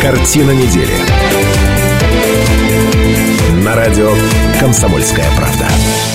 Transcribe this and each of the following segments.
Картина недели. На радио «Комсомольская правда».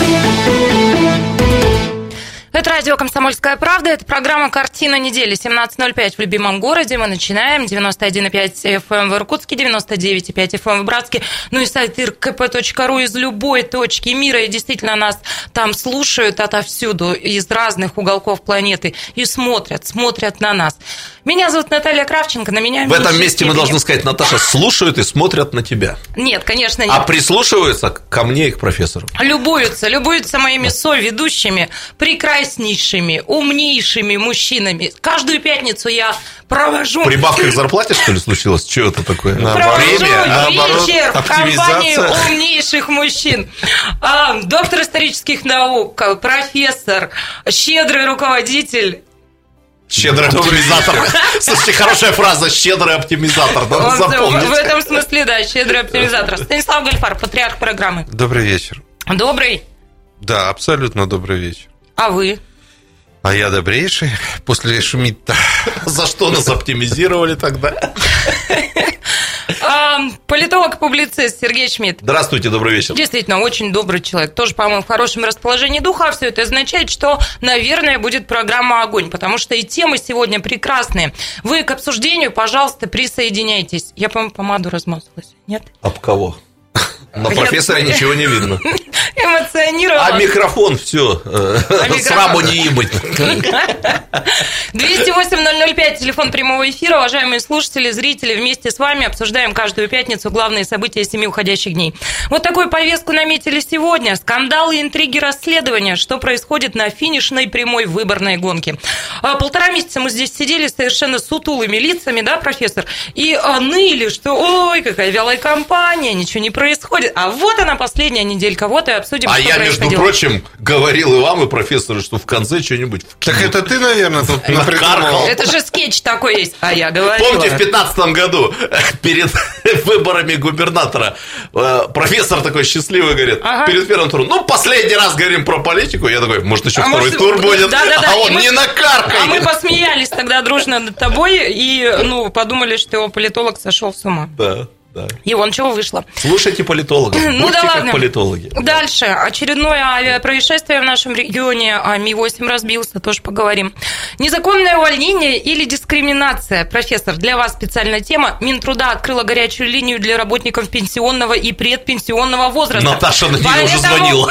Это радио «Комсомольская правда». Это программа «Картина недели». 17:05 в любимом городе. Мы начинаем. 91,5 FM в Иркутске, 99,5 FM в Братске. Ну и сайт irkp.ru из любой точки мира. И действительно нас там слушают отовсюду, из разных уголков планеты. И смотрят на нас. Меня зовут Наталья Кравченко. На меня в этом месте мы должны сказать, Наташа, слушают и смотрят на тебя. Нет, конечно, нет. А прислушиваются ко мне и к профессору. Любуются моими соведущими, прекраснейшими, умнейшими мужчинами. Каждую пятницу я провожу... Прибавка к зарплате, что ли, случилась? Что это такое? Провожу вечер в компании умнейших мужчин. Доктор исторических наук, профессор, щедрый руководитель... Щедрый оптимизатор. Слушайте, хорошая фраза. Щедрый оптимизатор. Надо запомнить. В этом смысле, да, щедрый оптимизатор. Станислав Гальфар, патриарх программы. Добрый вечер. Добрый? Да, абсолютно добрый вечер. А вы? А я добрейший после Шмидта. За что нас оптимизировали тогда? Политолог-публицист Сергей Шмидт. Здравствуйте, добрый вечер. Действительно, очень добрый человек. Тоже, по-моему, в хорошем расположении духа. А все это означает, что, наверное, будет программа «Огонь», потому что и темы сегодня прекрасные. Вы к обсуждению, пожалуйста, присоединяйтесь. Я, по-моему, помаду размазалась. Нет? Об кого? На профессора ничего не видно. Эмоционировала. А микрофон все. Сраму не ебать. 208-005, телефон прямого эфира. Уважаемые слушатели, зрители, вместе с вами обсуждаем каждую пятницу главные события 7 уходящих дней. Вот такую повестку наметили сегодня. Скандалы, интриги, расследования. Что происходит на финишной прямой выборной гонке. 1,5 месяца мы здесь сидели совершенно сутулыми лицами, да, профессор? И ныли, что ой, какая вялая кампания, ничего не происходит. А вот она, последняя неделька, вот и обсудим, что я, происходило. между прочим, говорил и вам, и профессору, что в конце что-нибудь вкинут. Так это ты, наверное, тут напридумывал. Это же скетч такой есть, а я говорила. Помните, в 2015 году, перед выборами губернатора, профессор такой счастливый говорит, перед первым туром, ну, последний раз говорим про политику. Я такой, может, еще второй тур будет, да, он не накаркает. А мы посмеялись тогда дружно над тобой и, подумали, что политолог сошел с ума. Да. Да. И вон чего вышло. Слушайте политологов. Ну да ладно. Как политологи. Дальше. Очередное авиапроисшествие в нашем регионе. Ми-8 разбился, тоже поговорим. Незаконное увольнение или дискриминация? Профессор, для вас специальная тема. Минтруда открыла горячую линию для работников пенсионного и предпенсионного возраста. Наташа на нее уже звонила.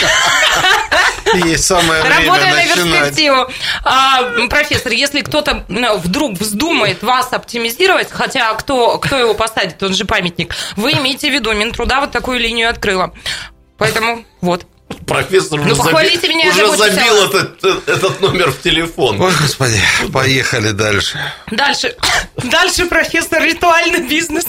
Есть самое время работаем начинать. На перспективу. Профессор, если кто-то вдруг вздумает вас оптимизировать, хотя кто его посадит, он же памятник, вы имеете в виду, Минтруда вот такую линию открыла. Поэтому вот. Профессор уже забил этот номер в телефон. Ой, господи, поехали дальше. Дальше, профессор, ритуальный бизнес.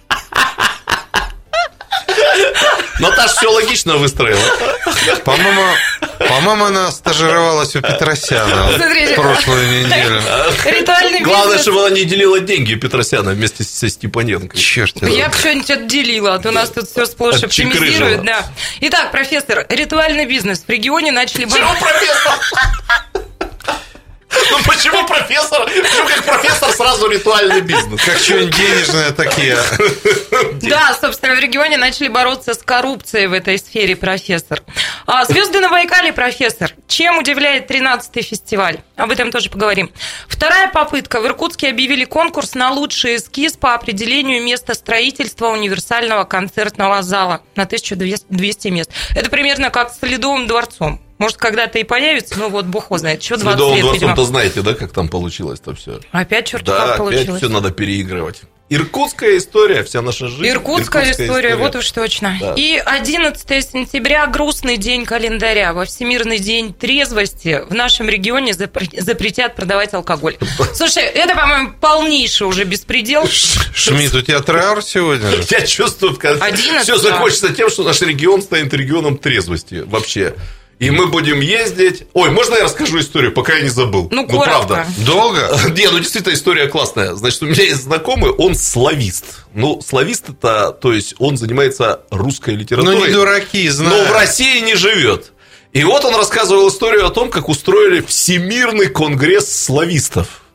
Наташа все логично выстроила. По-моему, она стажировалась у Петросяна в прошлую неделю. Ритуальный бизнес. Главное, чтобы она не делила деньги у Петросяна вместе со Степаненко. Черт. Я бы что-нибудь отделила, а то у нас тут все сплошь оптимизируют. Да. Итак, профессор, ритуальный бизнес в регионе начали бороться. Почему профессор? Ну почему профессор? Почему как профессор сразу ритуальный бизнес? Как что-нибудь денежное такие. Да, собственно, в регионе начали бороться с коррупцией в этой сфере, профессор. Звезды на Байкале, профессор. Чем удивляет 13-й фестиваль? Об этом тоже поговорим. Вторая попытка. В Иркутске объявили конкурс на лучший эскиз по определению места строительства универсального концертного зала на 1200 мест. Это примерно как с Ледовым дворцом. Может, когда-то и появится, но вот бог его знает. Еще 20 лет, видимо. Дворцом-то знаете, да, как там получилось-то все? Опять черт как получилось. Да, опять все надо переигрывать. Иркутская история, вся наша жизнь. Иркутская история, вот уж точно. Да. И 11 сентября, грустный день календаря. Во Всемирный день трезвости в нашем регионе запретят продавать алкоголь. Слушай, это, по-моему, полнейший уже беспредел. Шмидт, у тебя траур сегодня? Я чувствую, все закончится тем, что наш регион станет регионом трезвости вообще. И мы будем ездить... Ой, можно я расскажу историю, пока я не забыл? Ну правда. Долго? Не, действительно, история классная. Значит, у меня есть знакомый, он славист. Ну, славист это, то есть, он занимается русской литературой. Ну, не дураки, знаю. Но в России не живет. И вот он рассказывал историю о том, как устроили Всемирный конгресс славистов.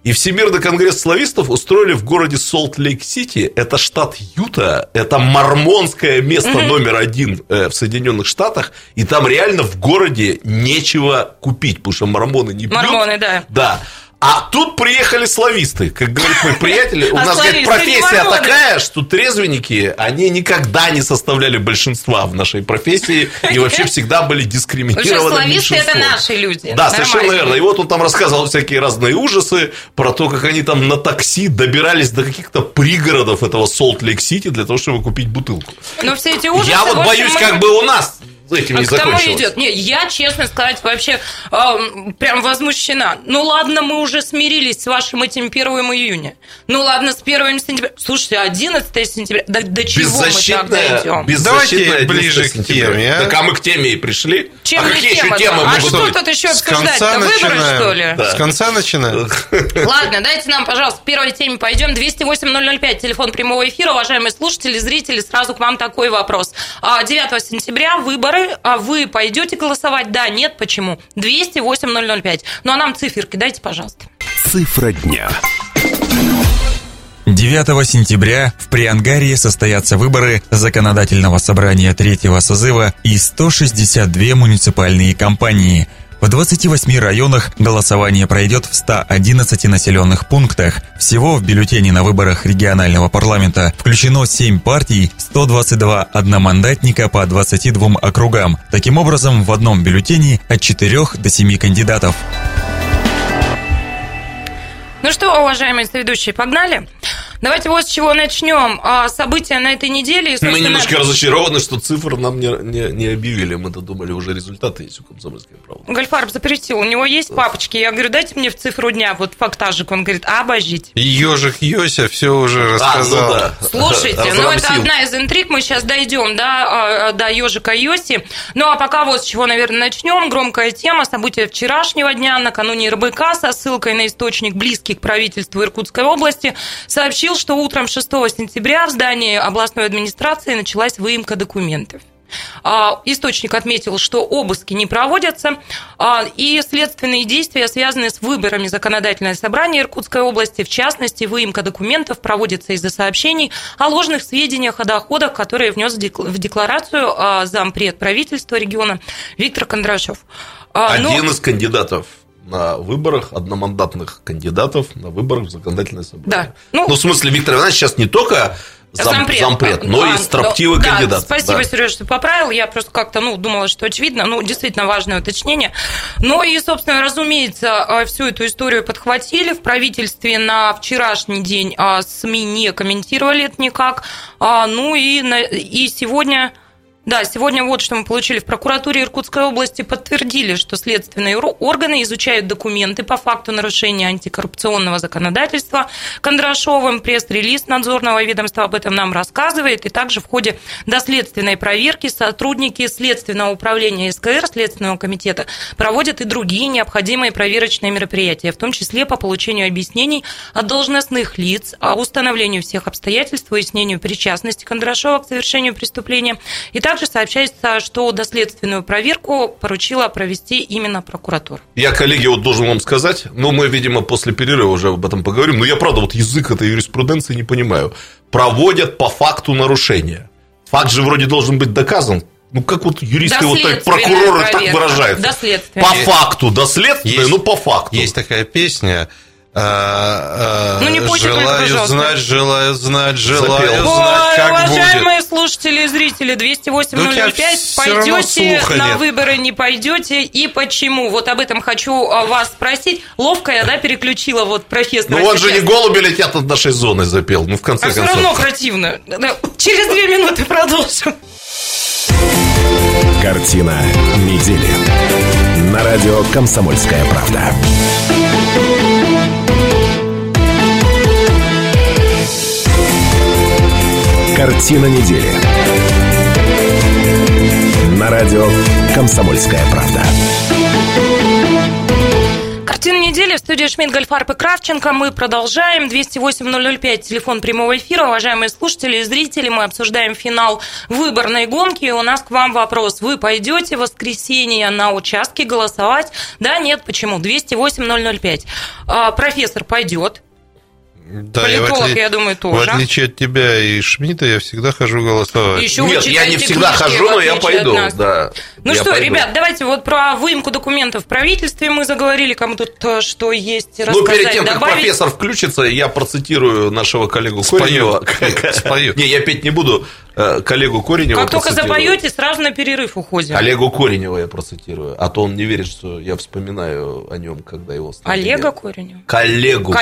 И Всемирный конгресс славистов устроили в городе Солт-Лейк-Сити. Это штат Юта, это мормонское место номер 1 в Соединенных Штатах. И там реально в городе нечего купить, потому что мормоны не пьют. Мормоны, да. Да. А тут приехали слависты, как говорит мой приятель, у нас, говорит, профессия такая, что трезвенники, они никогда не составляли большинства в нашей профессии и вообще всегда были дискриминированы меньшинством. Слависты – это наши люди. Да, совершенно верно. И вот он там рассказывал всякие разные ужасы про то, как они там на такси добирались до каких-то пригородов этого Солт-Лейк-Сити для того, чтобы купить бутылку. Но все эти ужасы... Я вот боюсь, как бы у нас... Этим не закончилось. Идет. Не, я, честно сказать, вообще прям возмущена. Ну ладно, мы уже смирились с вашим этим 1 июня. Ну ладно, с 1 сентября. Слушайте, 11 сентября. До чего мы так дойдем? Давайте ближе к теме. Так, а мы к теме и пришли. Чем какие еще темы? А что тут еще обсуждать-то? Выборы, что ли? С конца начинаем. Ладно, дайте нам, пожалуйста, к первой теме пойдем. 208-005, телефон прямого эфира. Уважаемые слушатели, зрители, сразу к вам такой вопрос. 9 сентября выборы. А вы пойдете голосовать? Да, нет, почему? 208-005. Ну, а нам циферки дайте, пожалуйста. Цифра дня. 9 сентября в Приангарии состоятся выборы Законодательного собрания 3-го созыва и 162 муниципальные компании. В 28 районах голосование пройдет в 111 населенных пунктах. Всего в бюллетени на выборах регионального парламента включено 7 партий, 122 одномандатника по 22 округам. Таким образом, в одном бюллетене от 4 до 7 кандидатов. Ну что, уважаемые соведущие, погнали? Давайте вот с чего начнем. События на этой неделе. Мы немножко разочарованы, что цифр нам не объявили. Мы-то думали, уже результаты есть у «Комсомольской правды». Гольфарб запретил. У него есть папочки. Я говорю, дайте мне в цифру дня вот фактажик. Он говорит, обождите. Ежик Йося все уже рассказал. Ну да. Слушайте, это одна из интриг. Мы сейчас дойдем до ежика Йоси. Ну а пока вот с чего, наверное, начнем. Громкая тема. События вчерашнего дня. Накануне РБК со ссылкой на источник, близкий к правительству Иркутской области, сообщил, что утром 6 сентября в здании областной администрации началась выемка документов. Источник отметил, что обыски не проводятся, и следственные действия связаны с выборами законодательного собрания Иркутской области. В частности, выемка документов проводится из-за сообщений о ложных сведениях о доходах, которые внес в декларацию зампред правительства региона Виктор Кондрашов. Один из кандидатов на выборах, одномандатных кандидатов на выборах в законодательное собрание. Да. Ну, в смысле, Виктор Иванович сейчас не только зампред, но и строптивый кандидат. Спасибо, Сереж, что поправил. Я просто как-то думала, что очевидно. Действительно важное уточнение. Ну и, собственно, разумеется, всю эту историю подхватили. В правительстве на вчерашний день СМИ не комментировали это никак. И сегодня... Да, сегодня вот что мы получили. В прокуратуре Иркутской области подтвердили, что следственные органы изучают документы по факту нарушения антикоррупционного законодательства Кондрашовым. Пресс-релиз надзорного ведомства об этом нам рассказывает. И также в ходе доследственной проверки сотрудники Следственного управления СКР, Следственного комитета, проводят и другие необходимые проверочные мероприятия, в том числе по получению объяснений от должностных лиц, установлению всех обстоятельств, выяснению причастности Кондрашова к совершению преступления. И также сообщается, что доследственную проверку поручила провести именно прокуратура. Я, коллеги, должен вам сказать, мы, видимо, после перерыва уже об этом поговорим, но я, правда, язык этой юриспруденции не понимаю. Проводят по факту нарушения. Факт же вроде должен быть доказан. Как юристы, так прокуроры так выражаются. По факту доследственное, по факту. Есть такая песня... желаю знать, как уважаемые будет. Слушатели и зрители, 208-005, пойдете на выборы, не пойдете, и почему? Вот об этом хочу вас спросить. Ловко я, переключила профессора. Он же не голуби летят над нашей зоной запел, в конце концов. Все равно противно. Через 2 минуты продолжим. Картина недели. На радио «Комсомольская правда». Картина недели. На радио «Комсомольская правда». Картина недели. В студии Шмидт, Гольфарб и Кравченко. Мы продолжаем. 208-005, телефон прямого эфира. Уважаемые слушатели и зрители, мы обсуждаем финал выборной гонки. И у нас к вам вопрос. Вы пойдете в воскресенье на участке голосовать? Да, нет, почему? 208-005. Профессор пойдет. Да, политолог, я думаю, тоже. В отличие от тебя и Шмидта, я всегда хожу голосовать. Еще Нет, я не всегда книжки, хожу, но я пойду. Да, ну что, пойду. Ребят, давайте вот про выемку документов в правительстве мы заговорили, кому тут что есть рассказать. Ну, перед тем, как добавить. профессор включится, я процитирую нашего коллегу Коренева. Спою. Не, я петь не буду. Коллегу Коренева Как только процитирую. запоете, сразу на перерыв уходим. Олегу Коренева я процитирую. А то он не верит, что я вспоминаю о нем, когда его... Олега Коренева? Коллегу.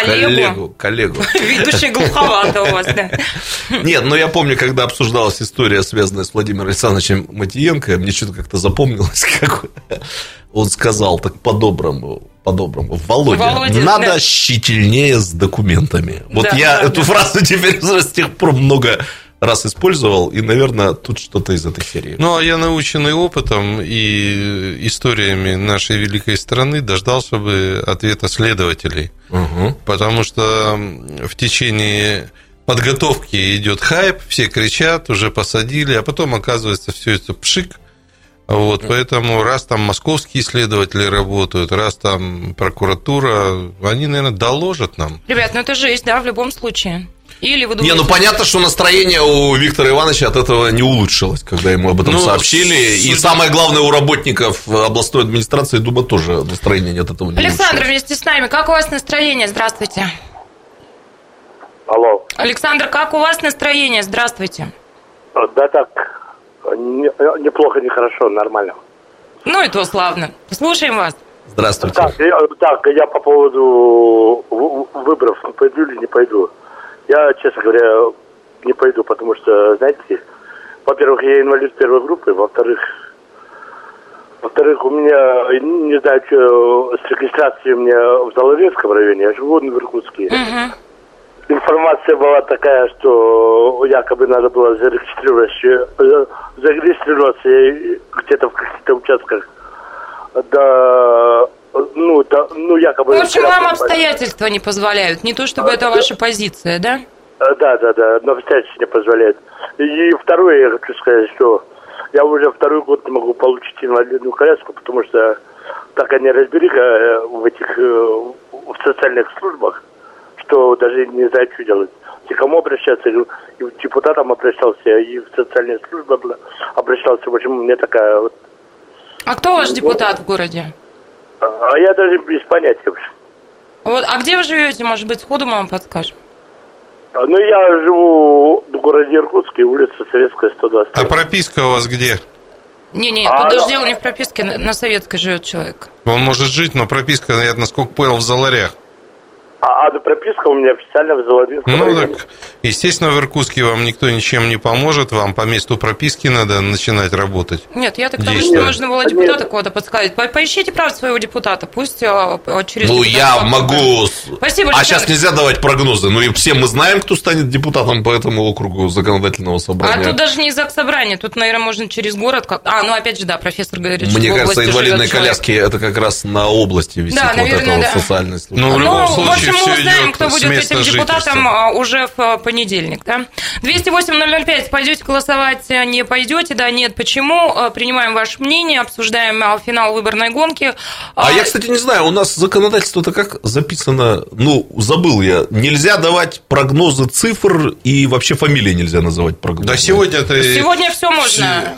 Ведущий глуховато у вас, да. Нет, но я помню, когда обсуждалась история, связанная с Владимиром Александровичем Матиенко, мне что-то как-то запомнилось, как он сказал так по-доброму, Володя, надо щительнее с документами. Вот да, я да, эту фразу теперь с тех пор много раз использовал, и, наверное, тут что-то из этой серии. Ну, а я, наученный опытом и историями нашей великой страны, дождался бы ответа следователей. Угу. Потому что в течение подготовки идет хайп, все кричат, уже посадили, а потом, оказывается, все это пшик. Вот, поэтому раз там московские следователи работают, раз там прокуратура, они, наверное, доложат нам. Ребят, ну это жесть, да, в любом случае. Или вы думаете... Не, ну понятно, что настроение у Виктора Ивановича от этого не улучшилось, когда ему об этом сообщили. И самое главное, у работников областной администрации, думаю, тоже настроение от этого не улучшилось. Александр вместе с нами, как у вас настроение? Здравствуйте. Алло. Александр, как у вас настроение? Здравствуйте. Да так, неплохо, нехорошо, нормально. Ну и то славно. Слушаем вас. Здравствуйте. Так, я по поводу выборов, пойду или не пойду. Я, честно говоря, не пойду, потому что, знаете, во-первых, я инвалид первой группы, во-вторых, у меня, не знаю, что с регистрацией у меня в Заловецком районе, я живу в Иркутске. Информация была такая, что якобы надо было зарегистрироваться где-то в каких-то участках. Якобы... В общем, вам обстоятельства не позволяют, не то чтобы это ваша позиция, да? Да, но обстоятельства не позволяют. И второе, я хочу сказать, что я уже второй год не могу получить инвалидную коляску, потому что такая неразбериха в социальных службах, что даже не знаю, что делать. И кому обращаться, и к депутатам обращался, и в социальные службы обращался. В общем, у меня такая вот... А кто ваш депутат в городе? А я даже без понятия. Вот, а где вы живете? Может быть, сходу мы вам подскажем? Ну, я живу в городе Иркутске, улица Советская, 120. А прописка у вас где? Не, тут даже дело не в прописке, на Советской живет человек. Он может жить, но прописка, я, насколько понял, в Заларях. А прописка у меня официально в Заларях. Ну, так, естественно, в Иркутске вам никто ничем не поможет, вам по месту прописки надо начинать работать. Нет, я так думаю, что нужно было депутата кого-то подсказать. Поищите, правда, своего депутата, пусть через... Ну, я могу... Спасибо, а сейчас нельзя давать прогнозы. Ну, и все мы знаем, кто станет депутатом по этому округу законодательного собрания. А тут даже не из заксобрания, тут, наверное, можно через город... ну, опять же, да, профессор говорит, что мне в кажется, области инвалидные живет коляски, это как раз на области висит, да, вот наверное, это да. вот социальная служба. Ну, в любом случае, мы все узнаем, идет кто с будет места этим депутатом жительства. уже в понедельник, да? 208-005, пойдете голосовать, не пойдете, да, нет, почему? Принимаем ваше мнение, обсуждаем финал выборной гонки. А я, кстати, не знаю, у нас законодательство-то как записано, забыл я, нельзя давать прогнозы цифр и вообще фамилии нельзя называть прогнозы. Да Сегодня все можно.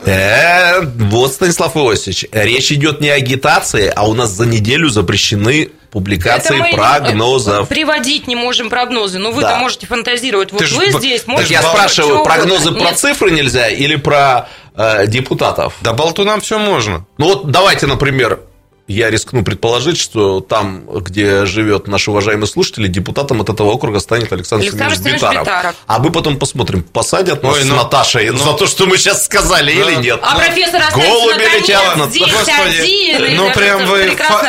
Вот, Станислав Иосифович, речь идет не о агитации, а у нас за неделю запрещены публикации прогнозов. Приводить не можем прогнозы. Ну, вы-то можете фантазировать. Вот вы здесь можете... Так я спрашиваю, прогнозы про цифры нельзя или про депутатов? Да болтунам все можно. Ну, вот давайте, например, я рискну предположить, что там, где живет наш уважаемый слушатель, депутатом от этого округа станет Александр Семенович Битаров. А мы потом посмотрим, посадят нас с Наташей за то, что мы сейчас сказали, или нет. А профессор голуби летят над... здесь один. Ну, прям вы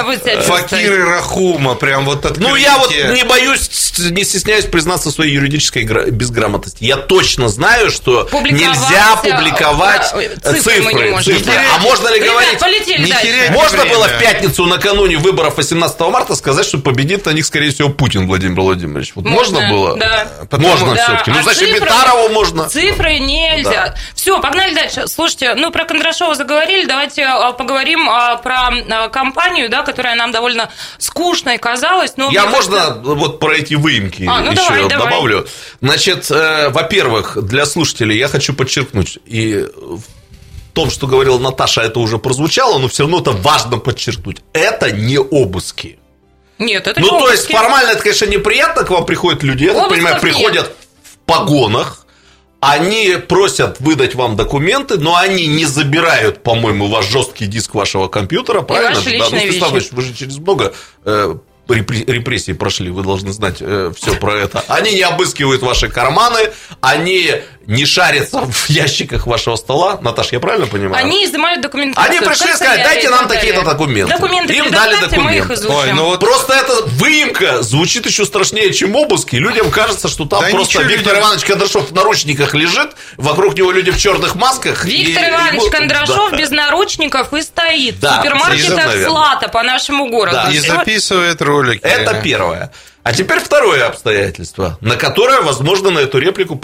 факиры Рахума, прям вот открытие. Ну, я вот не боюсь, не стесняюсь признаться в своей юридической безграмотности. Я точно знаю, что нельзя публиковать цифры. А можно ли говорить... Полетели дальше. Можно было в пятницу накануне выборов 18 марта сказать, что победит на них, скорее всего, Путин Владимир Владимирович. Вот можно было? Да. Можно все-таки. Ну, значит, Битарову можно. Цифры нельзя. Да. Все, погнали дальше. Слушайте, про Кондрашова заговорили, давайте поговорим про компанию, да, которая нам довольно скучной казалась. Но можно вот про эти выемки еще добавлю. Значит, во-первых, для слушателей я хочу подчеркнуть, и в том, что говорила Наташа, это уже прозвучало, но все равно это важно подчеркнуть. Это не обыски. Нет, это не обыски. То есть, формально это, конечно, неприятно, к вам приходят люди, я так понимаю, приходят в погонах, они просят выдать вам документы, но они не забирают, по-моему, ваш жесткий диск вашего компьютера, правильно? Ваши личные вещи. Вы же через много репрессии прошли, вы должны знать все про это. Они не обыскивают ваши карманы, они не шарятся в ящиках вашего стола. Наташ, я правильно понимаю? Они изымают документацию. Они пришли и сказали, дайте нам такие-то документы. Им дали документы. Мы их изучим. Просто эта выемка звучит еще страшнее, чем обыск, и людям кажется, что там просто Виктор Иванович Кондрашов в наручниках лежит, вокруг него люди в черных масках. Виктор Иванович Кондрашов без наручников и стоит в супермаркетах Злата по нашему городу. И записывает ролики. Это первое. А теперь второе обстоятельство, на которое, возможно, на эту реплику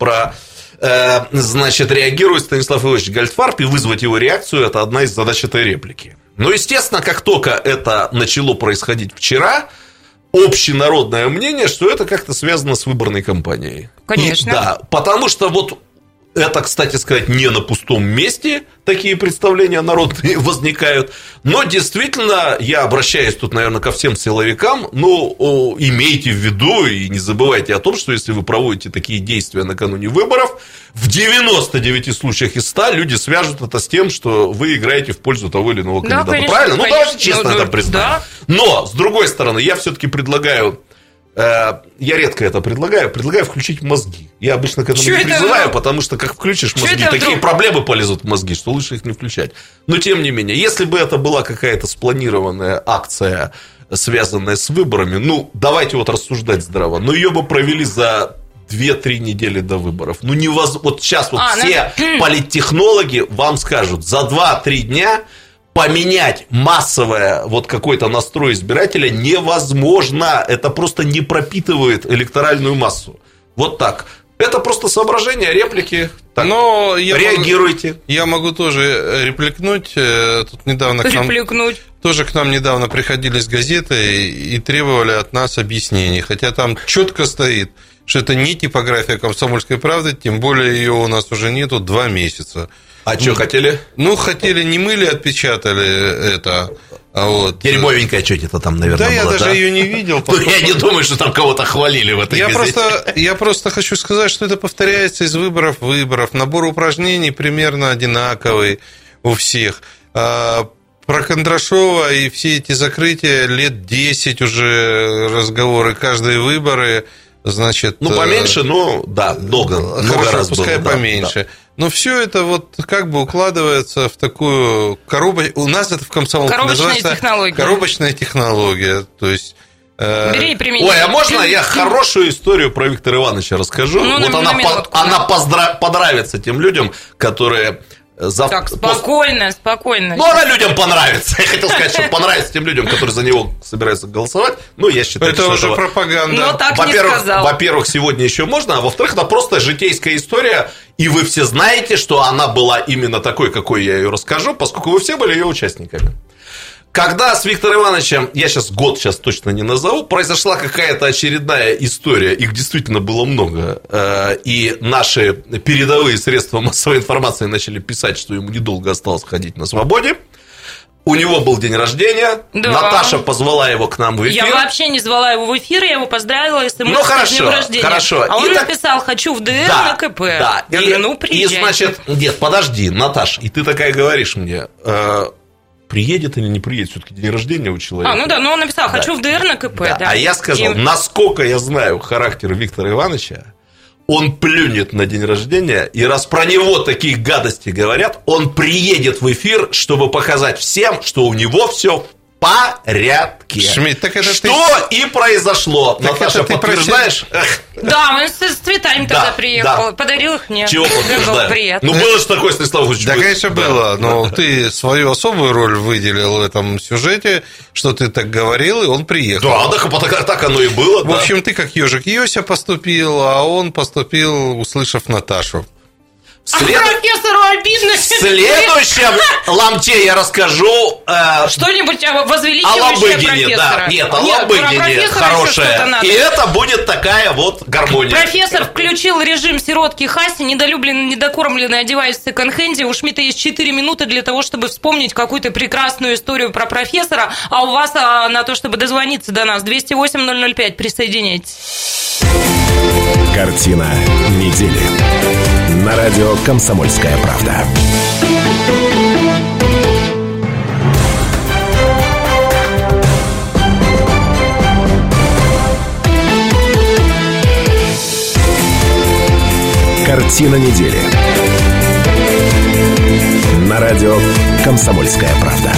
значит, реагирует Станислав Ильич Гольдфарб, и вызвать его реакцию – это одна из задач этой реплики. Но, естественно, как только это начало происходить вчера, общенародное мнение, что это как-то связано с выборной кампанией. Конечно. Да, потому что вот это, кстати сказать, не на пустом месте такие представления народные возникают. Но действительно, я обращаюсь тут, наверное, ко всем силовикам, имейте в виду и не забывайте о том, что если вы проводите такие действия накануне выборов, в 99 случаях из 100 люди свяжут это с тем, что вы играете в пользу того или иного кандидата. Конечно, правильно? Конечно. Давайте честно это признаем. Да. Но, с другой стороны, я все-таки предлагаю. Я редко это предлагаю включить мозги. Я обычно к этому не призываю, потому что как включишь мозги, такие проблемы полезут в мозги, что лучше их не включать. Но тем не менее, если бы это была какая-то спланированная акция, связанная с выборами, давайте вот рассуждать здраво, но ее бы провели за 2-3 недели до выборов. Вот сейчас все политтехнологи вам скажут, за 2-3 дня поменять массовое какой-то настрой избирателя невозможно. Это просто не пропитывает электоральную массу. Вот так. Это просто соображения, реплики. Так, но реагируйте. Я могу тоже репликнуть. Тут недавно к нам недавно приходили с газетой и требовали от нас объяснений. Хотя там четко стоит, что это не типография «Комсомольской правды», тем более ее у нас уже нету 2 месяца. А что хотели? Хотели, не мы ли отпечатали это. Дерьмовенькая что-то там, наверное, была. Я даже ее не видел. Я не думаю, что там кого-то хвалили в этой газете. Я просто хочу сказать, что это повторяется из выборов в выборов. Набор упражнений примерно одинаковый у всех. Про Кондрашова и все эти закрытия лет 10 уже разговоры, каждые выборы. Значит, поменьше, много хорошо, раз пускай было, поменьше. Да. Но все это укладывается в такую коробочку. У нас это в комсомолке называется коробочная технология. То есть бери и примени. Ой, а можно я хорошую историю про Виктора Ивановича расскажу? Она понравится тем людям, которые Так, спокойно. Она людям понравится. Я хотел сказать, что понравится тем людям, которые за него собираются голосовать. Я считаю, это что уже пропаганда. Но так не сказал. Во-первых, сегодня еще можно, а во-вторых, это просто житейская история, и вы все знаете, что она была именно такой, какой я ее расскажу, поскольку вы все были ее участниками. Когда с Виктором Ивановичем, я год точно не назову, произошла какая-то очередная история, их действительно было много, и наши передовые средства массовой информации начали писать, что ему недолго осталось ходить на свободе. У него был день рождения, да. Наташа позвала его к нам в эфир. Я вообще не звала его в эфир, я его поздравила с с днем рождения. Хорошо. А он написал, хочу в ДР на КП. Да. Я говорю, приезжай. Нет, подожди, Наташ, и ты такая говоришь мне... Приедет или не приедет, все-таки день рождения у человека. Он написал, хочу в ДР на КП. Да. А я сказал, насколько я знаю характер Виктора Ивановича, он плюнет на день рождения, и раз про него такие гадости говорят, он приедет в эфир, чтобы показать всем, что у него все порядке. Шмидт, так это что и произошло. Так Наташа, подтверждаешь? Да, он с цветами тогда приехал, подарил их мне. Чего подтверждаем? Приятно. Ну, было же такое, Станислав Ильич. Да, конечно, было, но ты свою особую роль выделил в этом сюжете, что ты так говорил, и он приехал. Да, так оно и было. В общем, ты как ежик Йося поступил, а он поступил, услышав Наташу. Профессору обидно. В следующем ламте я расскажу что-нибудь о возвеличивающее Лобыгине. профессора. Да, нет, о Лобыгине хорошее. И это будет такая вот гармония. Профессор включил режим сиротки Хаси, недолюбленный, недокормленный, одеваясь в секонд-хенде. У Шмидта есть 4 минуты для того, чтобы вспомнить какую-то прекрасную историю про профессора, а у вас на то, чтобы дозвониться до нас. 208-005. Присоединяйтесь. Картина недели. На радио «Комсомольская правда». Картина недели. На радио «Комсомольская правда».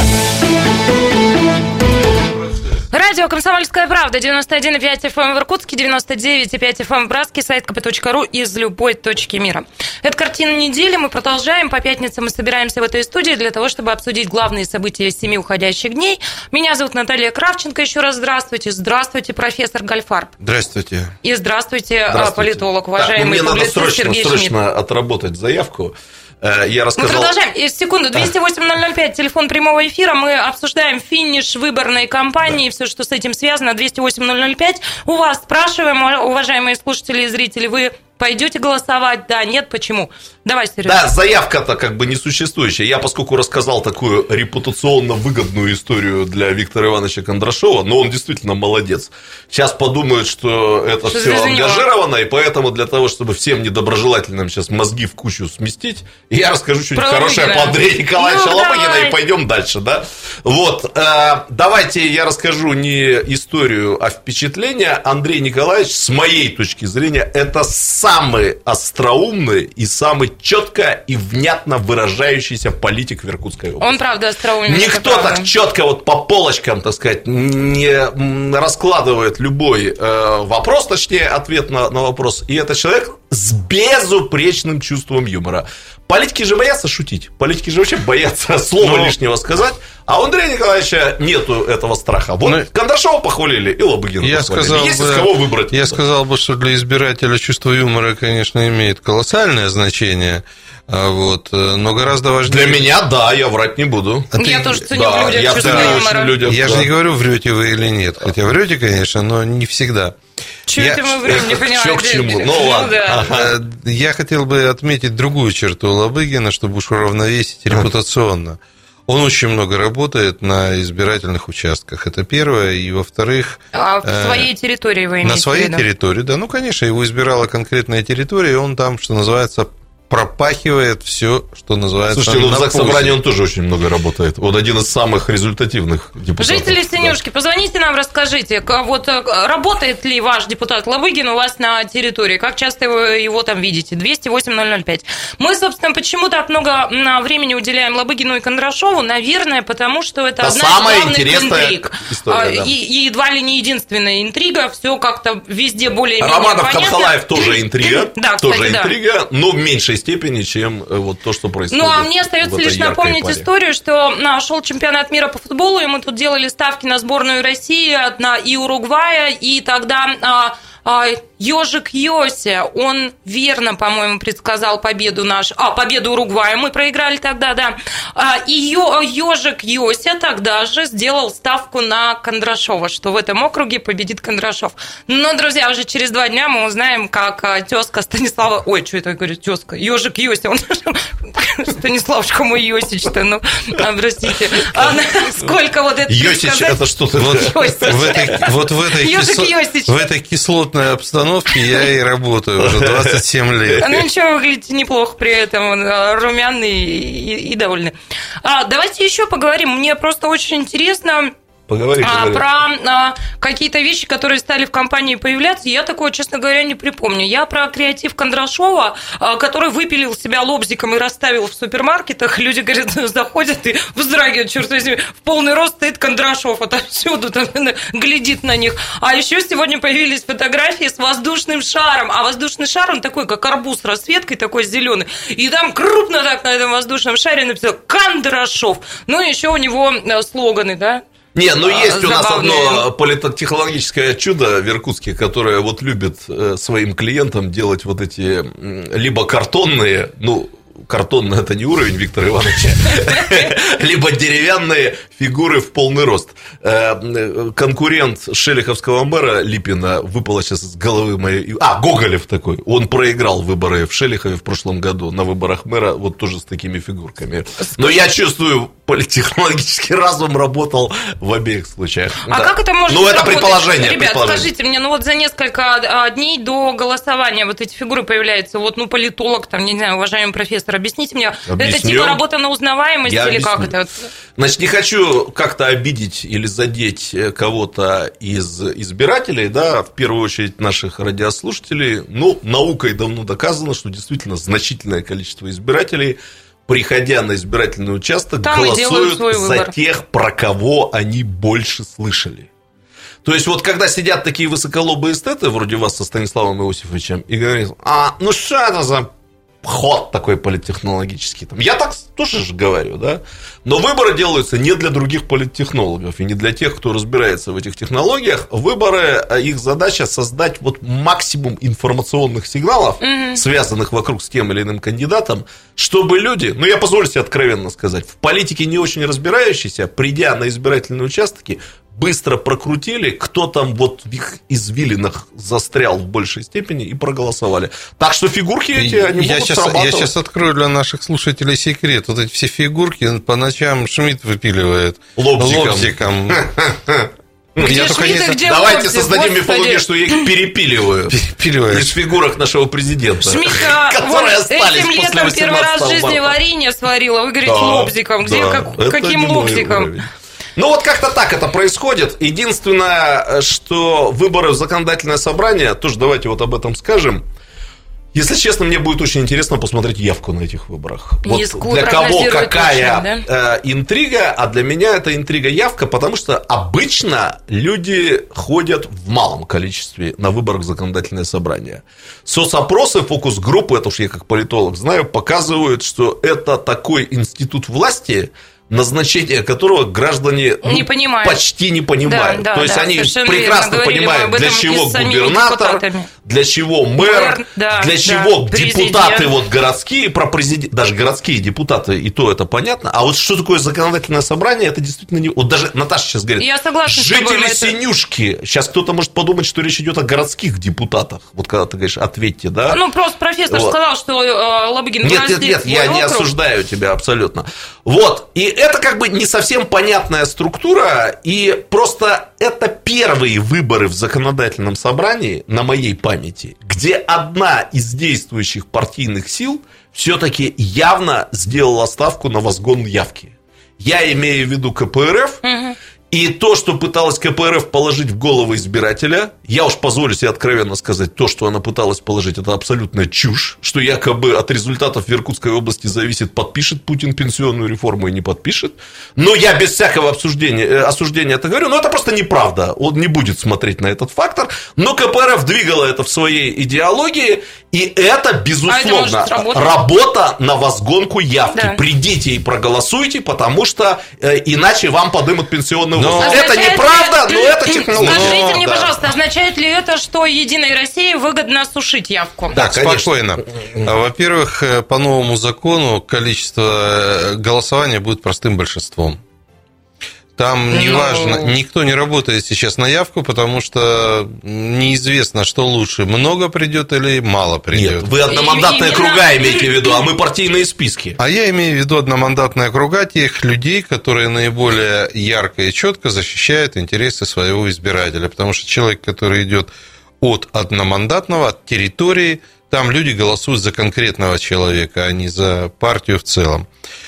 Радио «Комсомольская правда», 91,5 FM в Иркутске, 99,5 FM в Братске, сайт kp.ru из любой точки мира. Это «Картина недели». Мы продолжаем. По пятницам мы собираемся в этой студии для того, чтобы обсудить главные события 7 уходящих дней. Меня зовут Наталья Кравченко. Еще раз здравствуйте. Здравствуйте, профессор Гальфарб. Здравствуйте. И здравствуйте, политолог, уважаемый публицист Сергей Шмидт. Мне надо срочно отработать заявку. Я рассказал... Мы продолжаем. Секунду. 208-005, телефон прямого эфира. Мы обсуждаем финиш выборной кампании, все, что с этим связано. 208-005. У вас спрашиваем, уважаемые слушатели и зрители, вы пойдете голосовать? Да, нет, почему? Давай, Сережа. Да, заявка-то как бы несуществующая. Я, поскольку рассказал такую репутационно выгодную историю для Виктора Ивановича Кондрашова, но он действительно молодец. Сейчас подумают, что это все ангажировано, и поэтому для того, чтобы всем недоброжелательным сейчас мозги в кучу сместить, я расскажу что-нибудь хорошее по Андрею Николаевичу Лобыгину и пойдем дальше, да? Вот, давайте я расскажу не историю, а впечатление. Андрей Николаевич, с моей точки зрения, это самый остроумный и самый четко и внятно выражающийся политик в Иркутской области. Он, правда, остроумный. Никто так четко вот по полочкам, так сказать, не раскладывает любой вопрос, точнее, ответ на вопрос. И это человек с безупречным чувством юмора. Политики же боятся шутить. Политики же вообще боятся слова лишнего сказать. А у Андрея Николаевича нету этого страха. Вот Кондрашова похвалили и Лобыгина похвалили. Есть из кого выбрать. Я сказал бы, что для избирателя чувство юмора, конечно, имеет колоссальное значение. Вот, но гораздо важнее... Для меня, да, я врать не буду. Я тоже ценю в людях чувство юмора. Я же не говорю, врете вы или нет. Хотя врете, конечно, но не всегда. Чего это мы времени, не понимаю. Что к чему? Ну ладно. Я хотел бы отметить другую черту Лобыгина, чтобы уж уравновесить репутационно. Он очень много работает на избирательных участках. Это первое. И, во-вторых... А в своей территории вы имеете в виду? На своей территории, да. Ну, конечно, его избирала конкретная территория, и он там, что называется, пропахивает все, что называется. Слушайте, в Заксобрании он тоже очень много работает. Он один из самых результативных депутатов. Жители Синюшки, позвоните нам, расскажите, вот работает ли ваш депутат Лобыгин у вас на территории? Как часто вы его там видите? 208-005. Мы, собственно, почему так много времени уделяем Лобыгину и Кондрашову? Наверное, потому что это одна из главных интриг. История, да. И едва ли не единственная интрига. Все как-то везде более-менее Романов понятно. Камхалаев тоже интрига. Да, тоже кстати, интрига, но в меньшей степени, чем вот то, что происходит. Ну, а мне остается лишь напомнить историю, что шел чемпионат мира по футболу, и мы тут делали ставки на сборную России и Уругвая, и тогда Ёжик Йося, он верно, по-моему, предсказал победу победу Уругвая. Мы проиграли тогда, да. И Ёжик Йося тогда же сделал ставку на Кондрашова, что в этом округе победит Кондрашов. Но, друзья, уже через 2 дня мы узнаем, как тезка Станислава... Ой, что это я говорю, тезка? Ёжик Йося. Станиславушка мой Йосич-то, ну, простите. Сколько вот это Йосич, это что-то... Вот в этой кислотной обстановке я и работаю уже 27 лет. Ну ничего, выглядите неплохо при этом, румяный и довольный. Давайте еще поговорим. Мне просто очень интересно, Поговори. Про какие-то вещи, которые стали в компании появляться, я такое, честно говоря, не припомню. Я про креатив Кондрашова, который выпилил себя лобзиком и расставил в супермаркетах. Люди, говорят, заходят и вздрагивают, черт возьми, в полный рост стоит Кондрашов отовсюду, там, глядит на них. А еще сегодня появились фотографии с воздушным шаром. А воздушный шар, он такой, как арбуз с расцветкой, такой зеленый. И там крупно так на этом воздушном шаре написано «Кондрашов». Ну, и еще у него слоганы, да? Не, ну есть у нас забавные. одно политтехнологическое чудо в Иркутске, которое вот любит своим клиентам делать вот эти либо картонные, ну, картонный – это не уровень Виктора Ивановича, либо деревянные фигуры в полный рост. Конкурент шелиховского мэра Липина, выпало сейчас из головы моей... Гоголев такой. Он проиграл выборы в Шелихове в прошлом году на выборах мэра вот тоже с такими фигурками. Но я чувствую, политтехнологический разум работал в обеих случаях. Как это может это работать? предположение. Ребят, скажите мне, вот за несколько дней до голосования вот эти фигуры появляются, политолог, там, не знаю, уважаемый профессор, объясните мне, это типа работа на узнаваемость или как это? Значит, не хочу как-то обидеть или задеть кого-то из избирателей, да, в первую очередь наших радиослушателей. Наукой давно доказано, что действительно значительное количество избирателей, приходя на избирательный участок, там голосуют за тех, про кого они больше слышали. То есть, вот когда сидят такие высоколобые эстеты, вроде вас со Станиславом Иосифовичем, и говорят, что это за ход такой политтехнологический. Я так тоже же говорю, да? Но выборы делаются не для других политтехнологов и не для тех, кто разбирается в этих технологиях. Выборы, их задача создать вот максимум информационных сигналов, связанных вокруг с тем или иным кандидатом, чтобы люди, я позволю себе откровенно сказать, в политике не очень разбирающиеся, придя на избирательные участки, быстро прокрутили, кто там вот в их извилинах застрял в большей степени и проголосовали. Так что фигурки эти, они могут срабатывать. Я сейчас открою для наших слушателей секрет. Вот эти все фигурки по ночам Шмидт выпиливает лобзиком. Давайте создадим мифологию, что я их перепиливаю. Из фигурок нашего президента. Шмидт, этим летом первый раз в жизни варенье сварила. Вы говорите, лобзиком. Где, каким лобзиком? Вот как-то так это происходит. Единственное, что выборы в законодательное собрание, тоже давайте вот об этом скажем. Если честно, мне будет очень интересно посмотреть явку на этих выборах. Вот для кого какая интрига, а для меня это интрига-явка, потому что обычно люди ходят в малом количестве на выборах в законодательное собрание. Соцопросы, фокус-группы, это уж я как политолог знаю, показывают, что это такой институт власти, назначение которого граждане почти не понимают. То есть они прекрасно понимают, для чего губернатор, для чего мэр, для чего депутаты городские, про президент, даже городские депутаты, и то это понятно. А вот что такое законодательное собрание, это действительно не... Вот даже Наташа сейчас говорит, жители Синюшки, сейчас кто-то может подумать, что речь идет о городских депутатах. Вот когда ты говоришь, ответьте, да? Просто профессор сказал, что Лобыгин... Нет, я не осуждаю тебя абсолютно. Вот, и это как бы не совсем понятная структура, и просто это первые выборы в законодательном собрании, на моей памяти, где одна из действующих партийных сил все-таки явно сделала ставку на возгон явки. Я имею в виду КПРФ. И то, что пыталась КПРФ положить в голову избирателя, я уж позволю себе откровенно сказать, то, что она пыталась положить, это абсолютная чушь, что якобы от результатов в Иркутской области зависит, подпишет Путин пенсионную реформу и не подпишет. Но я без всякого осуждения это говорю, но это просто неправда. Он не будет смотреть на этот фактор. Но КПРФ двигала это в своей идеологии, и это, безусловно, работа на возгонку явки. Да. Придите и проголосуйте, потому что иначе вам подымут пенсионную. Это неправда, но это технология. Скажите мне, пожалуйста, означает ли это, что Единой России выгодно сушить явку? Да, спокойно. Во-первых, по новому закону количество голосования будет простым большинством. Там неважно, никто не работает сейчас на явку, потому что неизвестно, что лучше, много придет или мало придет. Нет, вы одномандатные округа имеете в виду, а мы партийные списки. А я имею в виду одномандатные округа тех людей, которые наиболее ярко и четко защищают интересы своего избирателя. Потому что человек, который идет от одномандатного, от территории, там люди голосуют за конкретного человека, а не за партию в целом.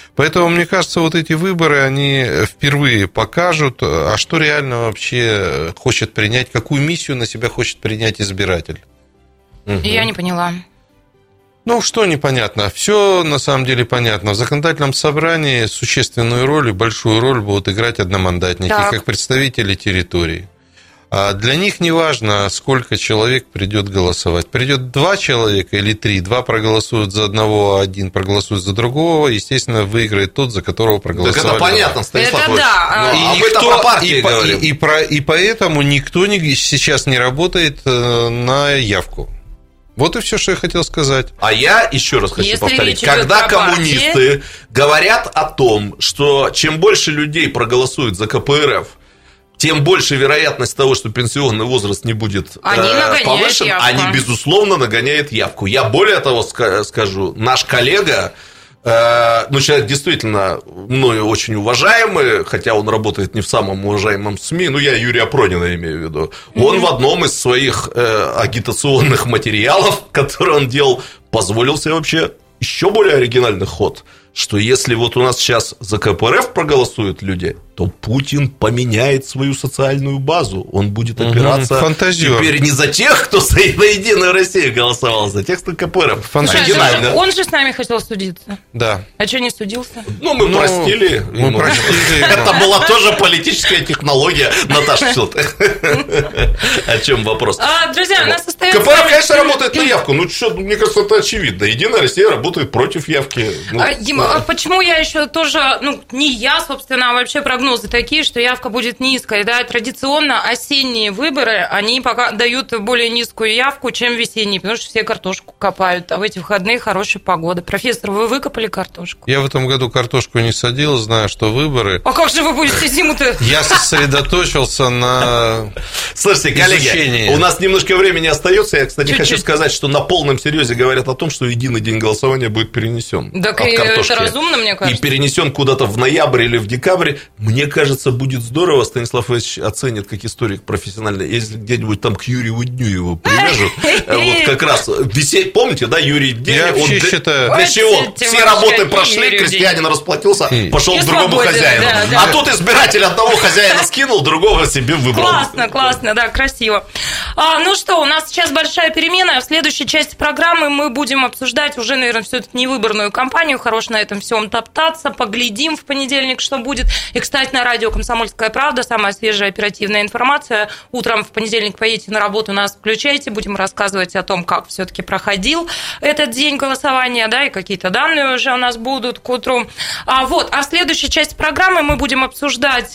Поэтому, мне кажется, вот эти выборы, они впервые покажут, а что реально вообще хочет принять, какую миссию на себя хочет принять избиратель. Я не поняла. Ну, что непонятно? Все на самом деле понятно. В законодательном собрании существенную роль и большую роль будут играть одномандатники, как представители территорий. А для них не важно, сколько человек придет голосовать. Придет 2 человека или 3, 2 проголосуют за одного, а 1 проголосует за другого, естественно, выиграет тот, за которого проголосовали. Так это понятно, Станислав Ильич. А мы-то про партии говорим. И поэтому никто сейчас не работает на явку. Вот и все, что я хотел сказать. А я еще раз хочу повторить. Когда коммунисты говорят о том, что чем больше людей проголосует за КПРФ, тем больше вероятность того, что пенсионный возраст не будет повышен, они, безусловно, нагоняют явку. Я более того скажу, наш коллега, человек действительно мною очень уважаемый, хотя он работает не в самом уважаемом СМИ, я Юрия Пронина имею в виду, он в одном из своих агитационных материалов, которые он делал, позволил себе вообще еще более оригинальный ход, что если вот у нас сейчас за КПРФ проголосуют люди, то Путин поменяет свою социальную базу. Он будет опираться теперь не за тех, кто за Единую Россию голосовал, а за тех, кто КПРФ. Оригинально. Он же с нами хотел судиться. Да. А что не судился? Мы простили. Это была тоже политическая технология, Наташа. О чем вопрос? Друзья, у нас остается... КПРФ, конечно, работает на явку. Мне кажется, это очевидно. Единая Россия работает против явки. Почему я еще тоже, не я, собственно, а вообще прогнозы такие, что явка будет низкой, да, традиционно осенние выборы, они пока дают более низкую явку, чем весенние, потому что все картошку копают, а в эти выходные хорошая погода. Профессор, вы выкопали картошку? Я в этом году картошку не садил, зная, что выборы. А как же вы будете зиму-то? Я сосредоточился на Слушайте, коллеги, у нас немножко времени остается. Я, кстати, хочу сказать, что на полном серьезе говорят о том, что единый день голосования будет перенесен. Так это разумно, мне кажется. И перенесен куда-то в ноябрь или в декабрь. Мне кажется, будет здорово, Станислав Ильич оценит как историк профессионально, если где-нибудь там к Юрию Дню его привяжут. Вот как раз помните, да, Юрий День? Я вообще считаю... Для чего? Все работы прошли, крестьянин расплатился, пошел к другому хозяину. А тут избиратель одного хозяина скинул, другого себе выбрал. Классно, да, красиво. Ну что, у нас сейчас большая перемена. В следующей части программы мы будем обсуждать уже, наверное, все-таки не выборную кампанию. Хорош на этом всем топтаться. Поглядим в понедельник, что будет. И, кстати, на радио «Комсомольская правда» самая свежая оперативная информация. Утром в понедельник поедете на работу, нас включайте. Будем рассказывать о том, как все-таки проходил этот день голосования, да, и какие-то данные уже у нас будут к утру. А в следующей части программы мы будем обсуждать.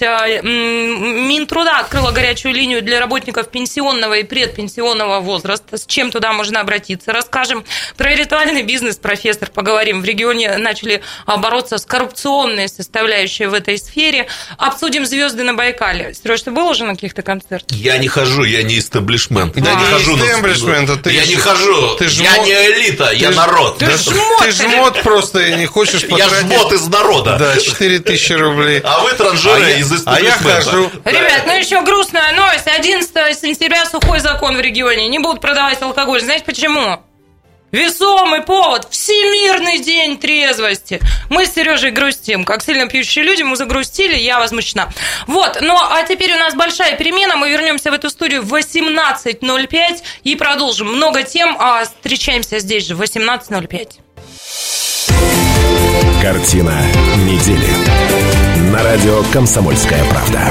Минтруда открыла горячую линию для работников пенсионного и предпенсионного возраста. С чем туда можно обратиться? Расскажем. Про виртуальный бизнес, профессор, поговорим. В регионе начали бороться с коррупционной составляющей в этой сфере. Обсудим звезды на Байкале. Сереж, ты был уже на каких-то концертах? Я не хожу, я не истеблишмент. Я не хожу на Я не хожу, я не элита, я народ. Ты жмот просто и не хочешь потратить. Я жмот из народа. Да, 4000 рублей. А вы транжиры из истеблишмента. А я хожу. Ребят, еще грустная новость. 11 сентября сухой закон в регионе. Не будут продавать алкоголь. Знаете почему? Весомый повод. Всемирный день трезвости. Мы с Сережей грустим. Как сильно пьющие люди, мы загрустили, я возмущена. А теперь у нас большая перемена. Мы вернемся в эту студию в 18:05 и продолжим. Много тем. Встречаемся здесь же в 18:05. Картина недели. На радио «Комсомольская правда».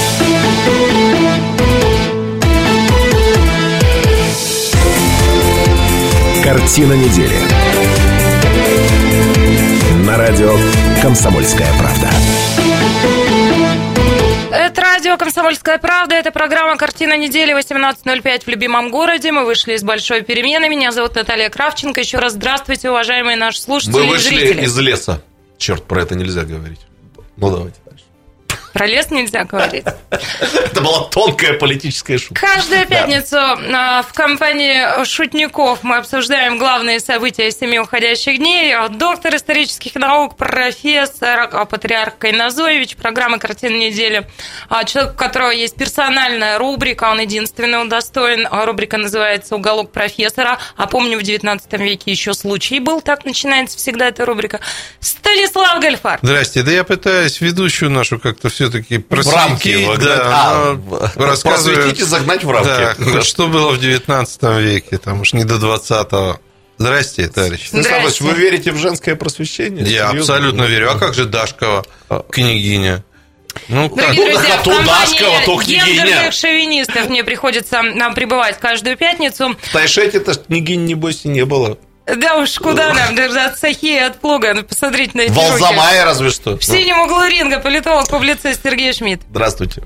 Картина недели. На радио «Комсомольская правда». Это радио «Комсомольская правда». Это программа «Картина недели», 18:05 в любимом городе. Мы вышли из большой перемены. Меня зовут Наталья Кравченко. Еще раз здравствуйте, уважаемые наши слушатели и зрители. Мы вышли из леса. Черт, про это нельзя говорить. Давайте дальше. Про лес нельзя говорить. Это была тонкая политическая шутка. Каждую пятницу в компании шутников мы обсуждаем главные события 7 уходящих дней. Доктор исторических наук, профессор, патриарх Кайназоевич, программа «Картина недели». Человек, у которого есть персональная рубрика, он единственный удостоен. Рубрика называется «Уголок профессора». А помню, в 19 веке еще случай был, так начинается всегда эта рубрика. Станислав Гольфар. Здрасте. Да я пытаюсь ведущую нашу как-то все-таки просветить. Просветить и загнать в рамки. Да, что было в 19 веке, там уж не до 20-го. Здрасте, товарищ. Станислав, вы верите в женское просвещение? Я абсолютно верю. А как же Дашкова, княгиня? Ну, как? Дорогие друзья, в Дашкова, то компании княгиня. гендерных шовинистов мне приходится нам пребывать каждую пятницу. В Тайшете-то княгинь, небось, и не было. Да уж, куда нам, даже от сахи и от плуга. Ну, посмотрите на эти в руки. Алзамае разве что. В синем углу ринга политолог-публицист Сергей Шмидт. Здравствуйте.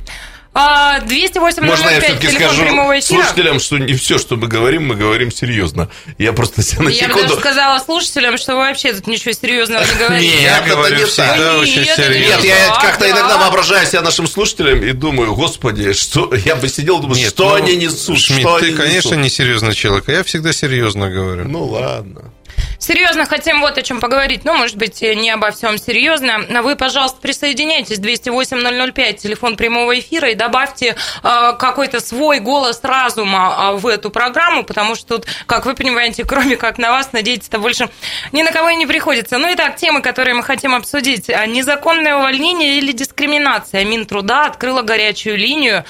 208-005, Можно я все-таки телефон скажу прямого эфира. слушателям, что не все, что мы говорим серьезно. Я просто себе на секунду... Я бы даже сказала слушателям, что вы вообще тут ничего серьезного не говорите. Нет, я это говорю не всегда так. очень Нет, это не серьезно. Нет, я так, как-то да. иногда воображаю себя нашим слушателям и думаю, господи, что я бы сидел и думал, Нет, что они несут, Шмидт, что ты, они конечно, несут. не серьезный человек, а я всегда серьезно говорю. Ну ладно. Серьезно хотим вот о чем поговорить, ну, может быть, не обо всем серьезно. Вы, пожалуйста, присоединяйтесь, 208-005, телефон прямого эфира, и добавьте какой-то свой голос разума в эту программу, потому что тут, как вы понимаете, кроме как на вас, надеяться-то больше ни на кого и не приходится. Ну, итак, темы, которые мы хотим обсудить. Незаконное увольнение или дискриминация. Минтруда открыла горячую линию,